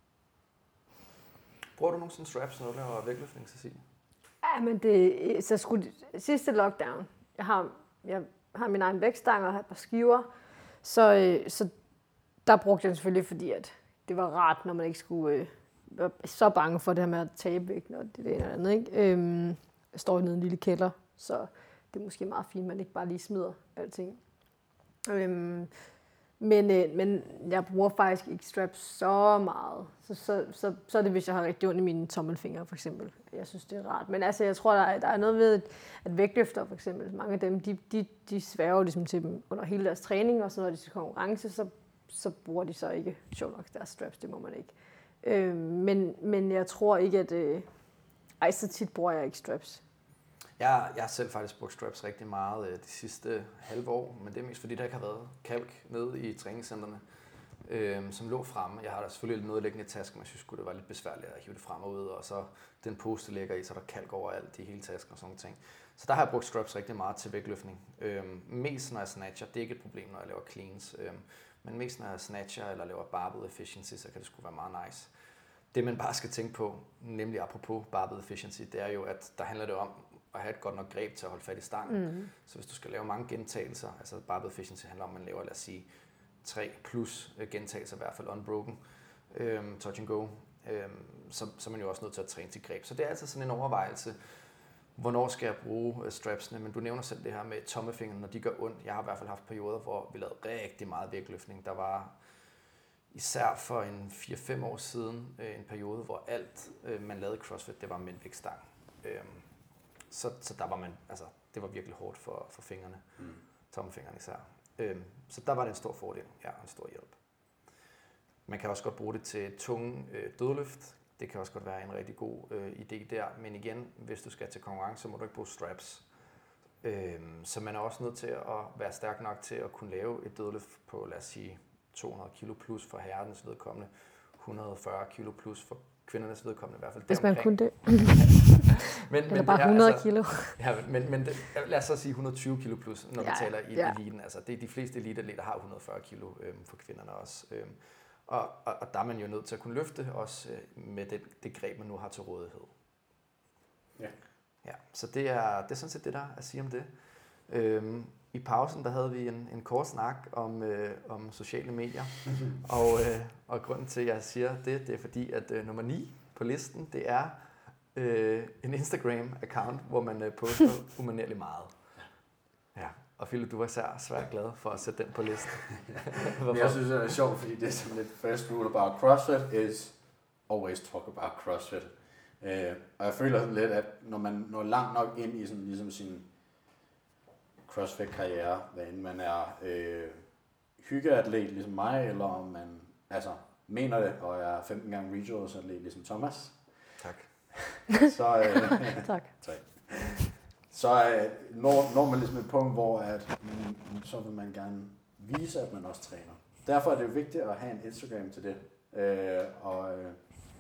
[SPEAKER 1] Bruger du nogensinde straps, når du laver vægtløftning, Cecilie?
[SPEAKER 3] Ja, men det så skulle sidste lockdown. Jeg har, jeg har min egen vægtstang og har et par skiver. Så, så der brugte jeg den selvfølgelig, fordi at det var rart, når man ikke skulle øh, være så bange for det her med at tabe vægt, og det, det ene eller andet, ikke? Øhm, jeg står nede i en lille kælder, så det er måske meget fint, at man ikke bare lige smider alting. Øhm, men, øh, men jeg bruger faktisk ikke straps så meget. Så, så, så, så er det, hvis jeg har rigtig ondt i mine tommelfingre, for eksempel. Jeg synes, det er rart. Men altså, jeg tror, der er, der er noget ved, at vægtløfter, for eksempel, mange af dem, de, de, de sværger ligesom til dem under hele deres træning, og så når de til konkurrence, så så bruger de så ikke sjovt nok deres straps, det må man ikke. Øh, men, men jeg tror ikke, at... Øh, ej, så tit bruger jeg ikke straps.
[SPEAKER 1] Jeg, jeg har selv faktisk brugt straps rigtig meget øh, de sidste halve år, men det er mest fordi, der ikke har været kalk nede i træningscentrene, øh, som lå fremme. Jeg har da selvfølgelig noget liggende i tasken, men jeg synes det var lidt besværligt at hive det frem og ud, og så den pose, det ligger i, så er der kalk overalt i hele tasken og sådan ting. Så der har jeg brugt straps rigtig meget til vægtløftning. Øh, mest når jeg snatcher, det er ikke et problem, når jeg laver cleans. Øh, Men mest når jeg snatcher eller laver barbell efficiency, så kan det sgu være meget nice. Det man bare skal tænke på, nemlig apropos barbell efficiency, det er jo, at der handler det om at have et godt nok greb til at holde fat i stangen. Mm. Så hvis du skal lave mange gentagelser, altså barbell efficiency handler om, at man laver, lad os sige, tre plus gentagelser, i hvert fald unbroken, øhm, touch and go, øhm, så, så er man jo også nødt til at træne til greb. Så det er altså sådan en overvejelse, hvornår skal jeg bruge strapsene, men du nævner selv det her med tommelfingrene, når de gør ondt. Jeg har i hvert fald haft perioder, hvor vi lavede rigtig meget vægtløftning. Der var især for en fire fem år siden en periode, hvor alt man lavede CrossFit, det var med en vægtstang. Så, så der var man, altså, det var virkelig hårdt for, for fingrene, mm. tommelfingrene især. Så der var det en stor fordel, ja, en stor hjælp. Man kan også godt bruge det til tunge dødløft. Det kan også godt være en rigtig god øh, idé der, men igen, hvis du skal til konkurrence, så må du ikke bruge straps. Øhm, så man er også nødt til at være stærk nok til at kunne lave et dødløft på, lad os sige, to hundrede kilo plus for herrens vedkommende, et hundrede og fyrre kilo plus for kvindernes vedkommende i hvert fald.
[SPEAKER 3] Hvis man kunne det.
[SPEAKER 1] men,
[SPEAKER 3] Eller men bare hundrede altså, kilo.
[SPEAKER 1] Ja, men, men det, lad os så sige et hundrede og tyve kilo plus, når ja, vi taler i
[SPEAKER 3] ja.
[SPEAKER 1] eliten. Altså, det er de fleste eliteatleter har et hundrede og fyrre kilo øhm, for kvinderne også. Øhm, Og, og, og der er man jo nødt til at kunne løfte også med det, det greb, man nu har til rådighed.
[SPEAKER 2] Ja.
[SPEAKER 1] Ja, så det er, det er sådan set det, der er at sige om det. Øhm, I pausen, der havde vi en, en kort snak om, øh, om sociale medier. og, øh, og grunden til, at jeg siger det, det er fordi, at øh, nummer ni på listen, det er øh, en Instagram-account, hvor man øh, poster umanerligt meget. Ja. Og Philip, du var især svært glad for at sætte den på listen.
[SPEAKER 2] Jeg synes, det er sjovt, fordi det er sådan lidt first rule about CrossFit is always talk about CrossFit. Uh, og jeg føler sådan lidt, at når man når langt nok ind i sådan, ligesom sin CrossFit-karriere, hvad end man er øh, hyggeatlet ligesom mig, eller om man altså, mener det, og er femten gange regionals-atlet ligesom Thomas.
[SPEAKER 1] Tak.
[SPEAKER 2] Så, øh,
[SPEAKER 3] tak.
[SPEAKER 2] tak. Så øh, når, når man ligesom et punkt, hvor at, mm, så vil man gerne vise, at man også træner. Derfor er det jo vigtigt at have en Instagram til det. Øh, og, øh,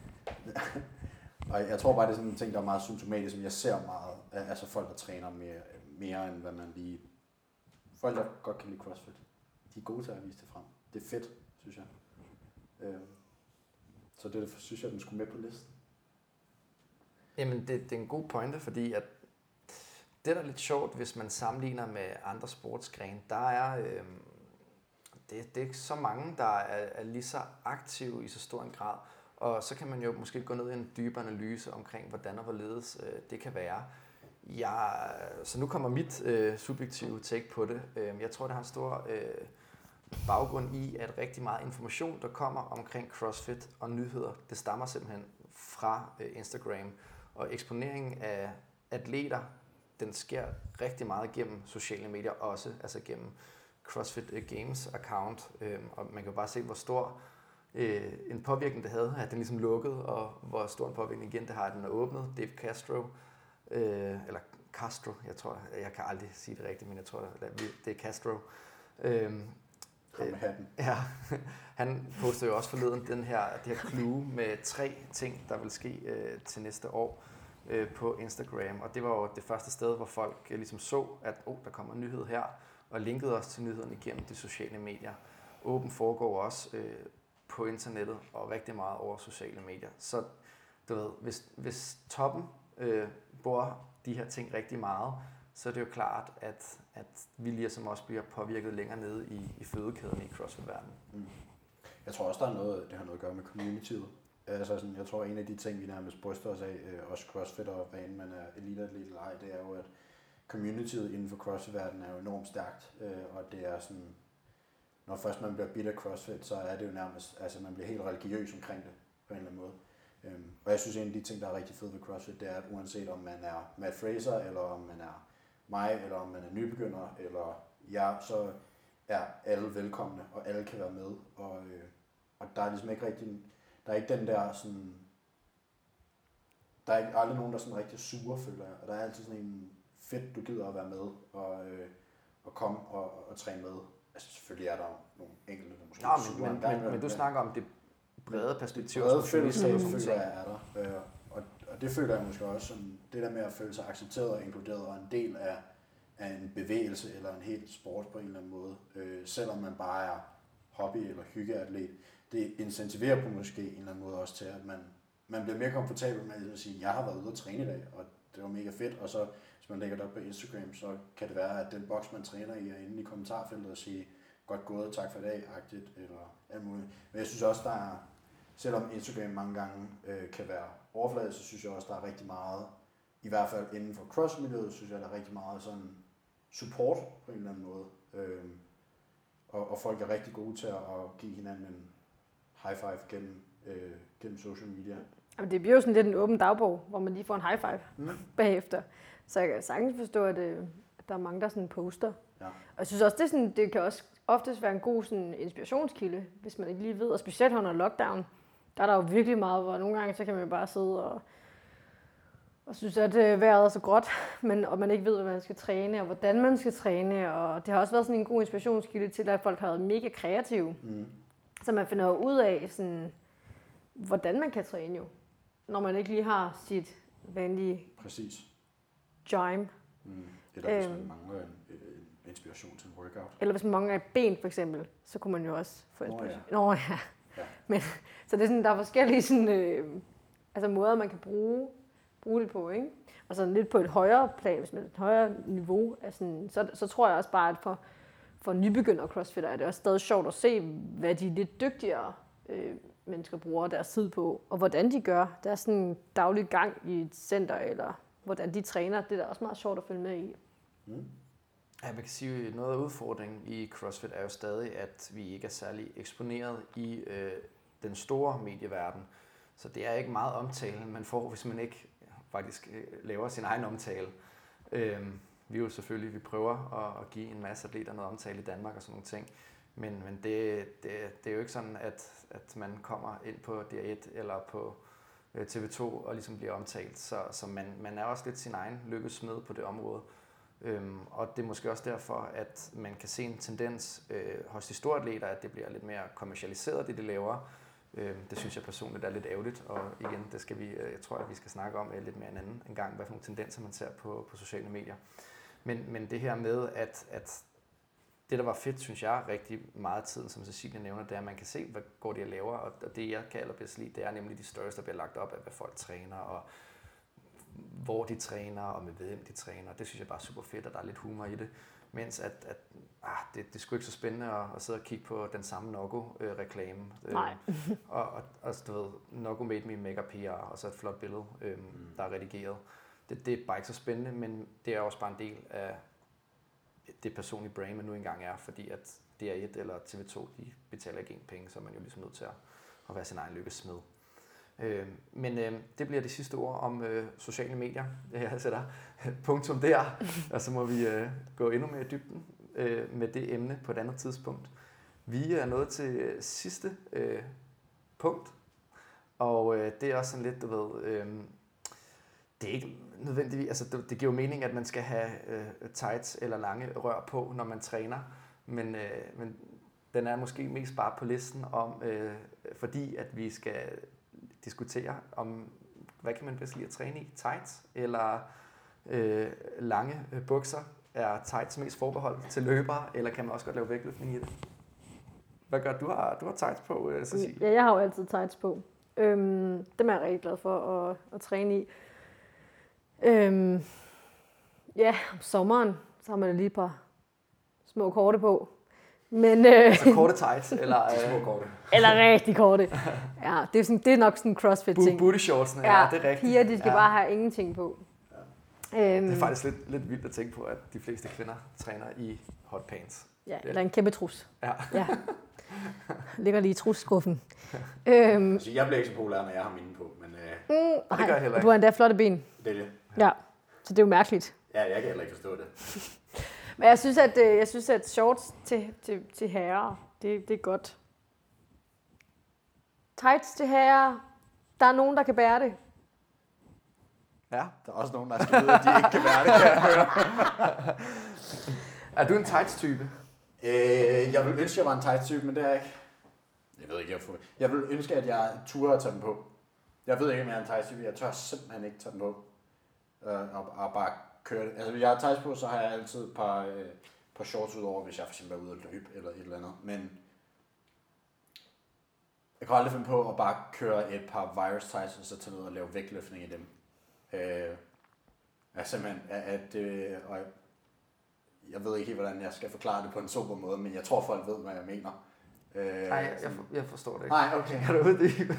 [SPEAKER 2] og jeg tror bare, det er sådan en ting, der er meget symptomatisk, som jeg ser meget. Altså folk, der træner mere, mere end hvad man lige... Folk, der godt kan lide CrossFit, de er gode til at vise det frem. Det er fedt, synes jeg. Øh, så det synes jeg, den skulle med på listen.
[SPEAKER 1] Jamen, det, det er en god pointe, fordi at det, der er lidt sjovt, hvis man sammenligner med andre sportsgrene, der er, øh, det, det er ikke så mange, der er, er lige så aktive i så stor en grad. Og så kan man jo måske gå ned i en dybere analyse omkring, hvordan og hvorledes øh, det kan være. Jeg, så nu kommer mit øh, subjektive take på det. Øh, jeg tror, det har en stor øh, baggrund i, at rigtig meget information, der kommer omkring CrossFit og nyheder, det stammer simpelthen fra øh, Instagram. Og eksponeringen af atleter, den sker rigtig meget gennem sociale medier også, altså gennem CrossFit Games account. Øh, og man kan jo bare se, hvor stor øh, en påvirkning det havde, at den ligesom lukkede, og hvor stor en påvirkning igen det har, at den er åbnet. Dave Castro, øh, eller Castro, jeg tror, jeg kan aldrig sige det rigtigt, men jeg tror, det er Castro. Øh,
[SPEAKER 2] Kom med hatten.
[SPEAKER 1] Ja, han postede jo også forleden den her, det her clue med tre ting, der vil ske øh, til næste år øh, på Instagram. Og det var jo det første sted, hvor folk øh, ligesom så, at oh, der kommer en nyhed her, og linkede os til nyheden igennem de sociale medier. Åben foregår også øh, på internettet og rigtig meget over sociale medier. Så du ved, hvis, hvis toppen øh, bruger de her ting rigtig meget, så er det jo klart, at, at vi ligesom også bliver påvirket længere nede i, i fødekæden i CrossFit-verdenen. Mm.
[SPEAKER 2] Jeg tror også, der er noget, det har noget at gøre med communityet. Altså sådan, jeg tror, en af de ting, vi nærmest bryster os af, øh, også CrossFit og hvad end man er eliteatlet eller ej, det er jo, at communityet inden for CrossFit-verdenen er jo enormt stærkt, øh, og det er sådan, når først man bliver bidt af CrossFit, så er det jo nærmest, altså man bliver helt religiøs omkring det på en eller anden måde. Øhm, og jeg synes, en af de ting, der er rigtig fede ved CrossFit, det er, at uanset om man er Matt Fraser, eller om man er mig, eller om man er nybegynder, eller jeg, så er alle velkomne, og alle kan være med. Og, øh, og der er ligesom ikke rigtig, der er ikke den der sådan, der er ikke aldrig nogen, der er sådan rigtig sure, føler jeg. Og der er altid sådan en fedt, du gider at være med, og, øh, og komme og, og, og træne med. Altså selvfølgelig er der nogle enkelte, der måske
[SPEAKER 1] ja, men,
[SPEAKER 2] sure.
[SPEAKER 1] Men, men, men, men du snakker om det brede perspektiv.
[SPEAKER 2] Det brede fællesskab, føler jeg, er der. Øh, og, og det føler jeg måske også som det der med at føle sig accepteret og inkluderet og en del af, af en bevægelse eller en helt sport på en eller anden måde. Øh, selvom man bare er hobby- eller hyggeatlet. Det incentiverer på måske en eller anden måde også til, at man, man bliver mere komfortabel med at sige, jeg har været ude at træne i dag, og det var mega fedt. Og så hvis man lægger det op på Instagram, så kan det være, at den boks, man træner i, er inde i kommentarfeltet og sige, godt gået, tak for i dag, agtigt, eller alt muligt. Men jeg synes også, der er, selvom Instagram mange gange øh, kan være overfladisk, så synes jeg også, der er rigtig meget, i hvert fald inden for cross-miljøet, synes jeg, der er rigtig meget sådan support på en eller anden måde. Øh, og, og folk er rigtig gode til at give hinanden en high five gennem, øh, gennem social media.
[SPEAKER 3] Jamen, det bliver jo sådan lidt en åben dagbog, hvor man lige får en high five mm. bagefter. Så jeg kan sagtens forstå, at, øh, at der er mange, der sådan poster. Ja. Og jeg synes også, det, er sådan, det kan også oftest være en god sådan, inspirationskilde, hvis man ikke lige ved. Og specielt under lockdown, der er der jo virkelig meget, hvor nogle gange så kan man jo bare sidde og, og synes, at øh, vejret er så gråt, men, og man ikke ved, hvad man skal træne, og hvordan man skal træne. Og det har også været sådan en god inspirationskilde til, at folk har været mega kreative. Mm. Så man finder jo ud af, sådan, hvordan man kan træne jo, når man ikke lige har sit vanlige
[SPEAKER 2] Præcis.
[SPEAKER 3] gym.
[SPEAKER 2] Mm. Eller hvis man mangler en, en inspiration til en workout.
[SPEAKER 3] Eller hvis man mangler et ben for eksempel, så kunne man jo også få inspiration. Nå ja. Nå, ja. ja. Men, så det er sådan, der er forskellige sådan, øh, altså måder, man kan bruge, bruge det på, ikke? Og så lidt på et højere plan, hvis man er et højere niveau, altså, så, så tror jeg også bare, at for, for nybegynder crossfitter er det også stadig sjovt at se, hvad de lidt dygtigere øh, mennesker bruger deres tid på, og hvordan de gør. Der er sådan en daglig gang i et center, eller hvordan de træner. Det er da også meget sjovt at følge med i.
[SPEAKER 1] Mm. Ja, man kan sige, at noget af udfordringen i CrossFit er jo stadig, at vi ikke er særlig eksponeret i øh, den store medieverden. Så det er ikke meget omtale, man får, hvis man ikke faktisk øh, laver sin egen omtale. Øh, vi er jo selvfølgelig, vi prøver at, at give en masse atleter noget omtale i Danmark og sådan nogle ting. Men, men det, det, det er jo ikke sådan, at, at man kommer ind på D R et eller på øh, T V to og ligesom bliver omtalt. Så, så man, man er også lidt sin egen lykkesmed på det område. Øhm, og det er måske også derfor, at man kan se en tendens øh, hos de store atleter, at det bliver lidt mere kommercialiseret, det de laver. Øhm, det synes jeg personligt er lidt ærgerligt, og igen, det skal vi, øh, jeg tror, at vi skal snakke om øh, lidt mere en anden en gang, hvad for nogle tendenser man ser på, på sociale medier. Men, men det her med, at, at det, der var fedt, synes jeg, rigtig meget tiden, som Cecilie nævner, det er, at man kan se, hvad går de laver, og det, jeg kan allerbedst lide, det er nemlig de stories, der bliver lagt op af, hvad folk træner, og hvor de træner og med hvem de træner. Det synes jeg bare er super fedt, at der er lidt humor i det. Mens at, at ah, det, det er sgu ikke så spændende at, at sidde og kigge på den samme Nokko-reklame.
[SPEAKER 3] Nej.
[SPEAKER 1] Øh, og, og, og du ved, Nokko made me mega P R, og så et flot billede, øh, mm. der er redigeret. Det, det er bare ikke så spændende, men det er også bare en del af det personlige brand, man nu engang er, fordi at D R et eller T V to, de betaler ikke en penge, så er man jo ligesom nødt til at, at være sin egen lykkesmed. Øh, men øh, det bliver de sidste ord om øh, sociale medier. Jeg sætter punktum der, og så må vi øh, gå endnu mere i dybden øh, med det emne på et andet tidspunkt. Vi er nået til sidste øh, punkt, og øh, det er også sådan lidt, du ved, øh, det er ikke nødvendigvis, altså det, det giver jo mening, at man skal have øh, tights eller lange rør på, når man træner, men, øh, men den er måske mest bare på listen om, øh, fordi at vi skal diskutere om, hvad kan man bedst lide at træne i? Tights eller øh, lange øh, bukser? Er tights mest forbeholdt til løbere, eller kan man også godt lave vægtløftning i det? Hvad gør du? Har, du har tights på, øh, Cecilie?
[SPEAKER 3] Ja, jeg har jo altid tights på. Øhm, dem er jeg rigtig glad for at, at træne i. Øhm, ja, om sommeren, så har man lige et par små korte på. Men, øh,
[SPEAKER 1] altså korte tights, eller øh, små korte.
[SPEAKER 3] Eller rigtig korte. Ja, det er, sådan, det er nok sådan en CrossFit-ting.
[SPEAKER 1] Booty shortsene, ja, ja, det er rigtigt.
[SPEAKER 3] Piger, de skal
[SPEAKER 1] ja.
[SPEAKER 3] bare have ingenting på.
[SPEAKER 1] Ja. Øhm, det er faktisk lidt, lidt vildt at tænke på, at de fleste kvinder træner i hot pants.
[SPEAKER 3] Ja, eller en kæmpe trus.
[SPEAKER 1] Ja.
[SPEAKER 3] ja. Ligger lige i trusskuffen. øhm,
[SPEAKER 2] altså, jeg bliver ikke så populær, når jeg har mine på, men... Øh,
[SPEAKER 3] mm,
[SPEAKER 1] det gør jeg heller ikke.
[SPEAKER 3] Du har endda flotte ben.
[SPEAKER 2] Det er det.
[SPEAKER 3] Ja, så det er jo mærkeligt.
[SPEAKER 2] Ja, jeg kan heller ikke forstå det.
[SPEAKER 3] Men jeg synes, at, jeg synes, at shorts til, til, til herrer, det, det er godt. Tights til herrer, der er nogen, der kan bære det.
[SPEAKER 1] Ja.
[SPEAKER 2] Der er også nogen, der skal vide, at de ikke kan bære det, kan jeg høre.
[SPEAKER 1] Er du en tights-type?
[SPEAKER 2] Øh, jeg vil ønske, at jeg var en tights-type, men det er jeg ikke. Jeg ved ikke, jeg får... Jeg vil ønske, at jeg turde at tage dem på. Jeg ved ikke, om jeg er en tights-type. Jeg tør simpelthen ikke tage dem på. Øh, og, og bare køre det. Altså, hvis jeg har tights på, så har jeg altid et par, øh, par shorts udover, hvis jeg for eksempel er ude at løbe eller et eller andet. Men jeg kan aldrig finde på at bare køre et par virus tights, og så tage ned og lave vægtløftning i dem. Øh, altså simpelthen, at, øh, og jeg, jeg ved ikke helt, hvordan jeg skal forklare det på en super måde, men jeg tror, folk ved, hvad jeg mener.
[SPEAKER 1] Nej, øh, jeg, jeg, for, jeg forstår det ikke.
[SPEAKER 2] Nej, okay.
[SPEAKER 1] Kan du uddybe?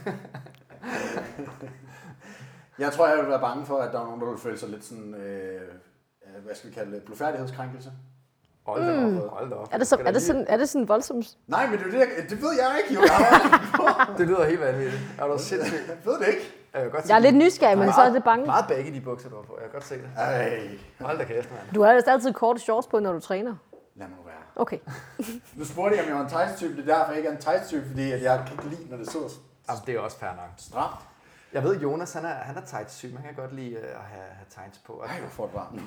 [SPEAKER 2] Jeg tror, jeg vil være bange for, at der er nogen, der vil føle sig lidt sådan, øh, hvad skal vi kalde det, blufærdighedskrænkelse.
[SPEAKER 1] Hold da mm. op, hold da op.
[SPEAKER 3] Er det, så, er det, sådan, er det sådan voldsomt?
[SPEAKER 2] Nej, men det, det, det ved jeg ikke, jo. Jeg
[SPEAKER 1] det lyder helt vanvittigt. Er du sindssygt?
[SPEAKER 2] Jeg ved det ikke.
[SPEAKER 1] Jeg, godt
[SPEAKER 3] jeg er lidt nysgerrig, men
[SPEAKER 1] meget,
[SPEAKER 3] så er det bange.
[SPEAKER 1] Meget baggy de bukser, du har på. Jeg kan godt se det.
[SPEAKER 2] Ej.
[SPEAKER 1] Hold da kæft, mand.
[SPEAKER 3] Du har ellers altid korte shorts på, når du træner.
[SPEAKER 2] Lad mig være.
[SPEAKER 3] Okay.
[SPEAKER 2] Nu spurgte jeg, om jeg var en tights-type. Det er derfor, jeg ikke er en tights-type, fordi at jeg kan ikke lide, når det sidder
[SPEAKER 1] altså, det er også fair nok.
[SPEAKER 2] Stramt.
[SPEAKER 1] Jeg ved, Jonas, han er, han er tights-type. Man kan godt lide at have, have tights på.
[SPEAKER 2] Ej, hvor får det varmt.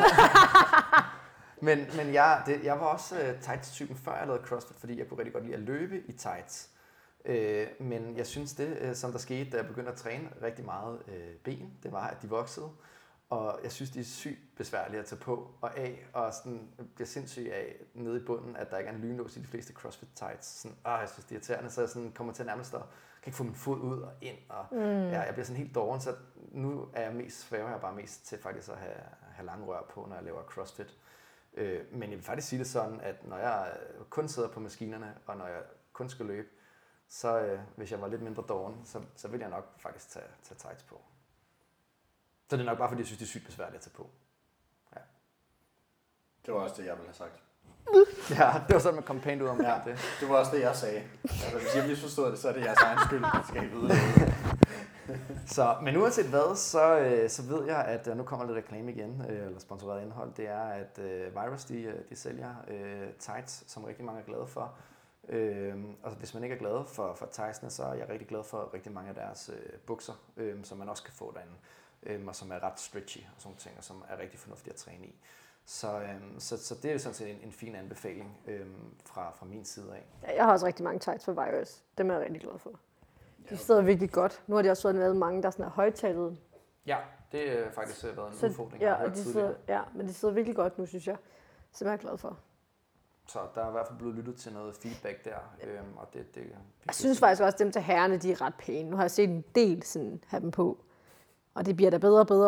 [SPEAKER 1] men men jeg, det, jeg var også uh, tights-typen, før jeg lavede CrossFit, fordi jeg kunne rigtig godt lide at løbe i tights. Uh, men jeg synes, det, uh, som der skete, da jeg begyndte at træne rigtig meget uh, ben, det var, at de voksede. Og jeg synes, de er sygt besværlige at tage på og af, og sådan bliver sindssygt af nede i bunden, at der ikke er en lynlås i de fleste CrossFit tights. Sådan, ah, jeg synes, det er irriterende, så jeg sådan kommer til nærmest at kan ikke få min fod ud og ind, og mm. ja, jeg bliver sådan helt doven, så nu er jeg mest svæver jeg bare mest til faktisk at have, have lange rør på, når jeg laver CrossFit. Øh, men jeg vil faktisk sige det sådan, at når jeg kun sidder på maskinerne, og når jeg kun skal løbe, så øh, hvis jeg var lidt mindre doven, så, så vil jeg nok faktisk tage, tage tights på. Så det er nok bare, fordi jeg synes, det er sygt besværligt at tage på. Ja.
[SPEAKER 2] Det var også det, jeg ville have sagt.
[SPEAKER 1] Ja, det var sådan, man kom pænt ud om
[SPEAKER 2] ja,
[SPEAKER 1] det.
[SPEAKER 2] Det var også det, jeg sagde. Altså, hvis jeg misforstod det, så er det jeres egen skyld. Skal I vide det.
[SPEAKER 1] Så, men uanset hvad, så, øh, så ved jeg, at øh, nu kommer lidt reklame igen, øh, eller sponsoreret indhold. Det er, at øh, Virus, de, de sælger øh, tights, som rigtig mange er glade for. Øh, og hvis man ikke er glad for, for tightsene, så er jeg rigtig glad for rigtig mange af deres øh, bukser, øh, som man også kan få derinde. Øhm, og som er ret stretchy og sådan ting, og som er rigtig fornuftige at træne i. Så, øhm, så, så det er jo sådan set en, en fin anbefaling øhm, fra, fra min side af.
[SPEAKER 3] Ja, jeg har også rigtig mange tights for Virus. Dem er jeg rigtig glad for. De sidder virkelig godt. Nu har de også været mange, der sådan er højtalede.
[SPEAKER 1] Ja, det har faktisk været en
[SPEAKER 3] så,
[SPEAKER 1] udfordring.
[SPEAKER 3] Ja, og de sidder, ja, men de sidder virkelig godt nu, synes jeg. Så jeg er glad for.
[SPEAKER 1] Så der er i hvert fald blevet lyttet til noget feedback der. Øhm, og det, det, det,
[SPEAKER 3] jeg synes faktisk også, at dem til herrerne, de er ret pæne. Nu har jeg set en del sådan, have dem på. Og det bliver da bedre og bedre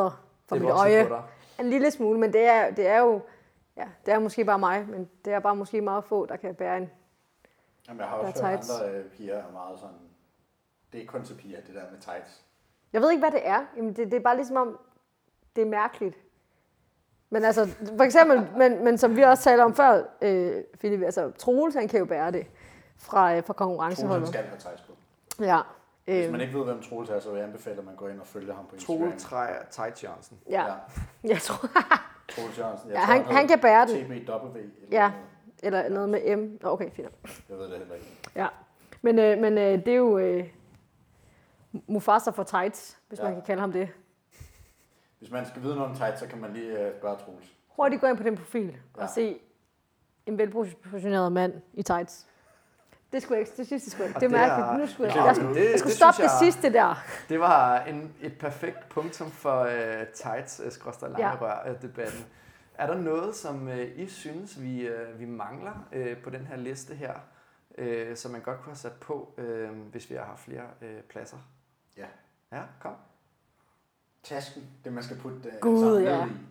[SPEAKER 3] for
[SPEAKER 1] Det
[SPEAKER 3] mit
[SPEAKER 1] vokser
[SPEAKER 3] øje.
[SPEAKER 1] på dig.
[SPEAKER 3] En lille smule, men det er, det er jo, ja, det er måske bare mig, men det er bare måske meget få, der kan bære en.
[SPEAKER 2] Jamen, jeg har også hørt andre øh, piger er meget sådan, det er kun til piger, det der med tights.
[SPEAKER 3] Jeg ved ikke, hvad det er. Jamen, det, det er bare ligesom om, det er mærkeligt. Men altså, for eksempel, men, men som vi også talte om før, øh, Philip, altså Troels, han kan jo bære det fra, øh, fra konkurrenceholdet.
[SPEAKER 2] Troels skal have tights på.
[SPEAKER 3] Ja.
[SPEAKER 2] Hvis
[SPEAKER 3] Øh,
[SPEAKER 2] man ikke ved, hvem Troels er, så vil jeg anbefale, at man går ind og følger ham på Instagram.
[SPEAKER 1] Troel Træ Tight Jørgensen.
[SPEAKER 3] ja.
[SPEAKER 2] Ja.
[SPEAKER 3] Jeg tror,
[SPEAKER 2] Troels Jørgensen. Jeg
[SPEAKER 3] ja,
[SPEAKER 2] tror,
[SPEAKER 3] han, han kan bære det.
[SPEAKER 2] T B W. Eller
[SPEAKER 3] Ja.
[SPEAKER 2] noget.
[SPEAKER 3] Eller noget med M. Nå, okay, fint.
[SPEAKER 2] Jeg ved det heller ikke.
[SPEAKER 3] Ja. Men, øh, men øh, det er jo øh, Mufasa for tights, hvis ja. man
[SPEAKER 2] Ja.
[SPEAKER 3] kan kalde ham det.
[SPEAKER 2] Hvis man skal vide noget om tights, så kan man lige uh, spørge Troels.
[SPEAKER 3] Hurtigt gå ind på den profil
[SPEAKER 2] Ja.
[SPEAKER 3] og se en velpositioneret mand i tights. Det skulle jeg ikke. Det sidste skulle jeg ikke.
[SPEAKER 1] Og
[SPEAKER 3] Det er
[SPEAKER 1] det er-
[SPEAKER 3] mærkeligt. Nu skulle jeg,
[SPEAKER 1] det-
[SPEAKER 3] jeg, skulle,
[SPEAKER 1] det-
[SPEAKER 3] jeg skulle
[SPEAKER 1] det
[SPEAKER 3] stoppe
[SPEAKER 1] synes
[SPEAKER 3] det
[SPEAKER 1] jeg-
[SPEAKER 3] sidste der.
[SPEAKER 1] Det var en, et perfekt punktum for uh, tights uh, skråstreg lange
[SPEAKER 3] Ja.
[SPEAKER 1] rør uh, debatten. Er der noget, som uh, I synes, vi, uh, vi mangler uh, på den her liste her, uh, som man godt kunne have sat på, uh, hvis vi har haft flere uh, pladser?
[SPEAKER 2] Ja.
[SPEAKER 1] Ja, kom.
[SPEAKER 2] Tasken, det man skal putte uh,
[SPEAKER 3] Gud,
[SPEAKER 2] sammen
[SPEAKER 3] ja.
[SPEAKER 2] ned i.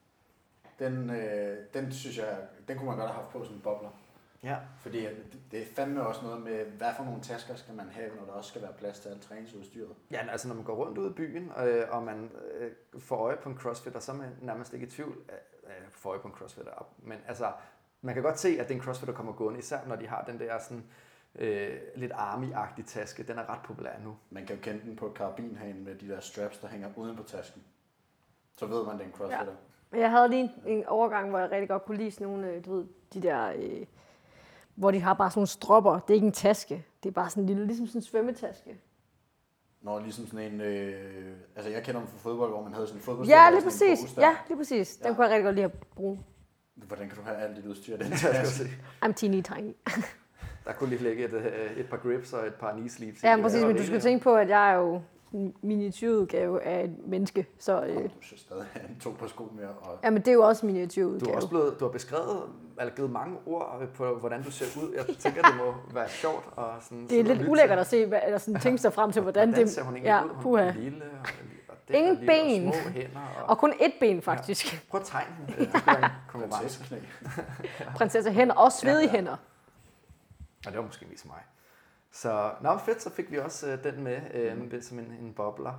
[SPEAKER 2] Den, øh, den synes jeg, den kunne man godt have haft på som bobler.
[SPEAKER 1] Ja.
[SPEAKER 2] Fordi at det, det er fandme også noget med, hvad for nogle tasker skal man have, når der også skal være plads til alt træningsudstyret.
[SPEAKER 1] Ja, altså når man går rundt ud i byen, øh, og man øh, får øje på en crossfitter, så er man nærmest ikke i tvivl, øh, får øje på en crossfitter. Men altså, man kan godt se, at det er en crossfitter, der kommer gående, især når de har den der sådan, øh, lidt army-agtige taske. Den er ret populær nu.
[SPEAKER 2] Man kan jo kende den på karabinhagen med de der straps, der hænger uden på tasken. Så ved man, det er en crossfitter.
[SPEAKER 3] Men jeg havde lige en, en overgang, hvor jeg rigtig godt kunne lide sådan nogle, øh, du ved, de der, øh, hvor de har bare sådan nogle stropper. Det er ikke en taske. Det er bare sådan en lille, ligesom sådan en svømmetaske.
[SPEAKER 2] Når ligesom sådan en, øh, altså jeg kender dem fra fodbold, hvor man havde sådan en fodbold.
[SPEAKER 3] Ja, lige præcis. Ja, lige præcis. Den
[SPEAKER 2] Ja.
[SPEAKER 3] kunne jeg rigtig godt lide at bruge.
[SPEAKER 2] Hvordan kan du have alt dit udstyr i den
[SPEAKER 1] Jeg skal
[SPEAKER 2] taske?
[SPEAKER 1] se.
[SPEAKER 3] I'm teeny tiny.
[SPEAKER 1] Der kunne lige ligge et, øh, et par grips og et par knee sleeves. i.
[SPEAKER 3] Ja, men præcis,
[SPEAKER 1] Det var
[SPEAKER 3] men du
[SPEAKER 1] helt-
[SPEAKER 3] skal tænke på, at jeg er jo en miniatyrudgave af et menneske. Så øh,
[SPEAKER 2] Du skal stadig have en to par sko mere. Og
[SPEAKER 3] ja, men det er jo også en
[SPEAKER 1] Du
[SPEAKER 3] miniatyrudgave.
[SPEAKER 1] har også blevet, du har beskrevet, eller givet mange ord på, hvordan du ser ud. Jeg tænker, det må være sjovt. Og sådan,
[SPEAKER 3] Det er
[SPEAKER 1] sådan
[SPEAKER 3] lidt ulækkert at se, hvad, eller sådan tænke sig frem til, hvordan,
[SPEAKER 1] hvordan
[SPEAKER 3] det...
[SPEAKER 1] ser hun egentlig
[SPEAKER 3] Ja,
[SPEAKER 1] ud? Hun er
[SPEAKER 3] puha.
[SPEAKER 1] lille, og, og det
[SPEAKER 3] Ingen
[SPEAKER 1] lille,
[SPEAKER 3] ben.
[SPEAKER 1] Og små hænder. Og,
[SPEAKER 3] Og kun et ben, faktisk.
[SPEAKER 1] Ja. Prøv at tegne hende. Det skulle være en konkurrence.
[SPEAKER 2] prinsesseknæ.
[SPEAKER 3] Prinsesse hænder og svedige
[SPEAKER 1] Ja, ja.
[SPEAKER 3] hænder.
[SPEAKER 1] Og det var måske mest mig. Så nå, fedt, så fik vi også øh, den med øh, mm. som en, en bobler.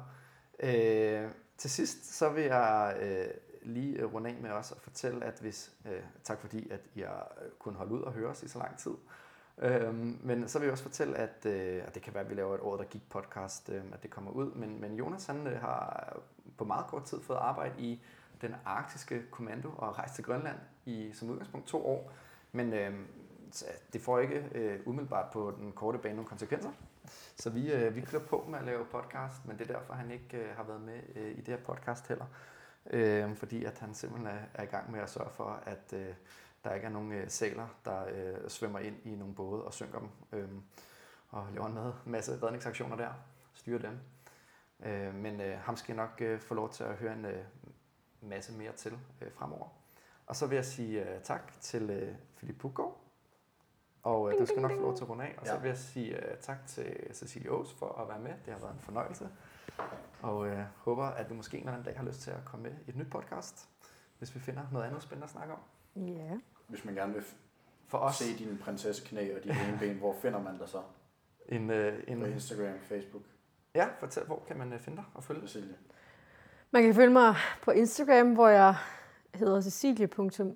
[SPEAKER 1] Øh, til sidst så vil jeg øh, lige øh, runde af med os og fortælle, at hvis, øh, tak fordi, at I har kunnet holde ud og høre os i så lang tid. Øh, men så vil jeg også fortælle, at øh, og det kan være, at vi laver et år, der gik podcast, øh, at det kommer ud. Men, men Jonas han øh, har på meget kort tid fået arbejde i den arktiske kommando og rejst til Grønland i som udgangspunkt to år. Men øh, så det får ikke øh, umiddelbart på den korte bane nogle konsekvenser. Så vi, øh, vi kører på med at lave podcast, men det er derfor, han ikke øh, har været med øh, i det her podcast heller. Øh, fordi at han simpelthen er, er i gang med at sørge for, at øh, der ikke er nogen øh, sæler, der øh, svømmer ind i nogle både og synker dem. Øh, og laver en masse redningsaktioner der, styrer dem. Øh, men øh, ham skal jeg nok øh, få lov til at høre en øh, masse mere til øh, fremover. Og så vil jeg sige øh, tak til øh, Philip Puggaard. Og øh, du skal nok få lov til at runde af. Og så
[SPEAKER 2] Ja.
[SPEAKER 1] vil jeg sige uh, tak til Cecilie Aas for at være med. Det har været en fornøjelse. Og uh, håber, at du måske en eller anden dag har lyst til at komme med i et nyt podcast, hvis vi finder noget andet spændende at snakke om.
[SPEAKER 3] Ja.
[SPEAKER 2] Hvis man gerne vil
[SPEAKER 1] For os
[SPEAKER 2] se dine prinsesseknæ og dine ene ben, hvor finder man dig så?
[SPEAKER 1] en, uh,
[SPEAKER 2] På
[SPEAKER 1] en...
[SPEAKER 2] Instagram, Facebook,
[SPEAKER 1] Ja, fortæl, hvor kan man uh, finde dig og følge dig?
[SPEAKER 2] Cecilie.
[SPEAKER 3] Man kan følge mig på Instagram, hvor jeg hedder cecilie punktum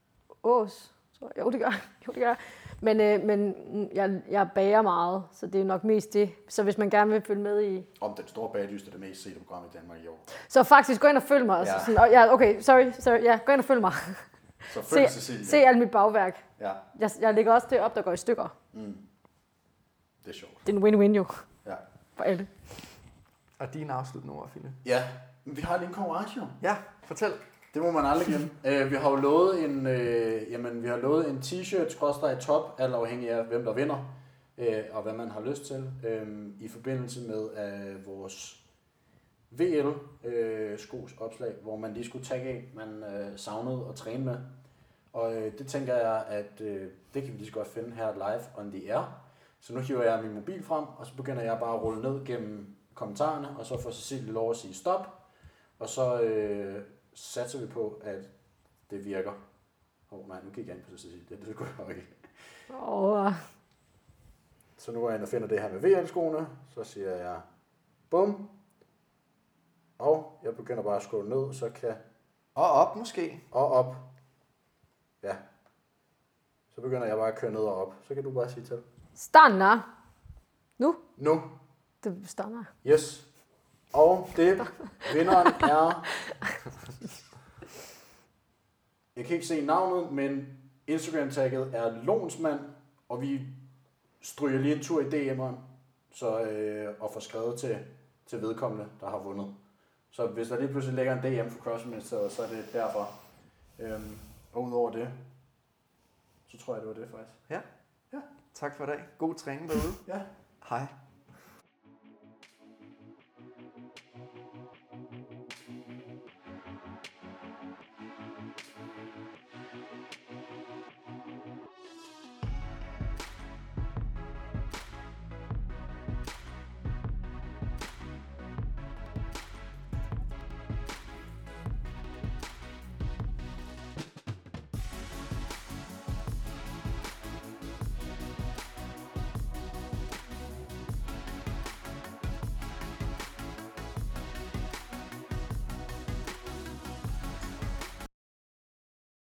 [SPEAKER 3] aas. Så, jo, det gør jeg. Jo, det gør jeg. Men, øh, men jeg, jeg bager meget, så det er nok mest det. Så hvis man gerne vil følge med i...
[SPEAKER 2] Om den store bagdyst er det mest sete program i Danmark i år.
[SPEAKER 3] Så faktisk gå ind og følg mig. Ja.
[SPEAKER 2] Ja.
[SPEAKER 3] Sådan, og, ja, okay, sorry, sorry. Ja, gå ind og følg mig.
[SPEAKER 2] Så følg
[SPEAKER 3] Se,
[SPEAKER 2] Cecilie.
[SPEAKER 3] se alt mit bagværk.
[SPEAKER 2] Ja,
[SPEAKER 3] Jeg, jeg lægger også det op, der går i stykker.
[SPEAKER 2] mm. Det er sjovt.
[SPEAKER 3] Det er en win-win jo.
[SPEAKER 2] Ja.
[SPEAKER 3] For alle.
[SPEAKER 1] Og dine afsluttende ord, Philip.
[SPEAKER 2] Ja, men vi har lige en konkurrence jo.
[SPEAKER 1] Ja, fortæl.
[SPEAKER 2] Det må man aldrig glemme. uh, vi har jo lovet en, uh, jamen, vi har lovet en t-shirt, skråstreg top, alt afhængig af hvem der vinder, uh, og hvad man har lyst til, um, i forbindelse med uh, vores V L uh, skos opslag, hvor man lige skulle tagge af, man uh, savnede at træne med. Og uh, det tænker jeg, at uh, det kan vi lige så godt finde her live on the air. Så nu hiver jeg min mobil frem, og så begynder jeg bare at rulle ned gennem kommentarerne, og så får Cecilie lov at sige stop. Og så øh, satser vi på, at det virker. Åh oh, nej, nu kigger jeg ind på Cecilie. Det, det skulle jeg nok ikke.
[SPEAKER 3] Oh.
[SPEAKER 2] Så nu går jeg ind og finder det her med V L-skoene. Så siger jeg bum. Og jeg begynder bare at scrolle ned, så kan...
[SPEAKER 1] Og op måske.
[SPEAKER 2] Og op. Ja. Så begynder jeg bare at køre ned og op. Så kan du bare sige til.
[SPEAKER 3] Stanna. Nu.
[SPEAKER 2] Nu.
[SPEAKER 3] Det stanna.
[SPEAKER 2] Yes. Og det, vinderen er... Jeg kan ikke se navnet, men Instagram-tagget er Lonsmand, og vi stryger lige en tur i D M'eren, så, øh, og får skrevet til, til vedkommende, der har vundet. Så hvis der lige pludselig ligger en D M for CrossFit-ministeriet, så er det derfor. Øhm, og udover det, så tror jeg, det var det faktisk.
[SPEAKER 1] Ja. Ja. Tak for i dag. God træning derude.
[SPEAKER 2] Ja.
[SPEAKER 1] Hej.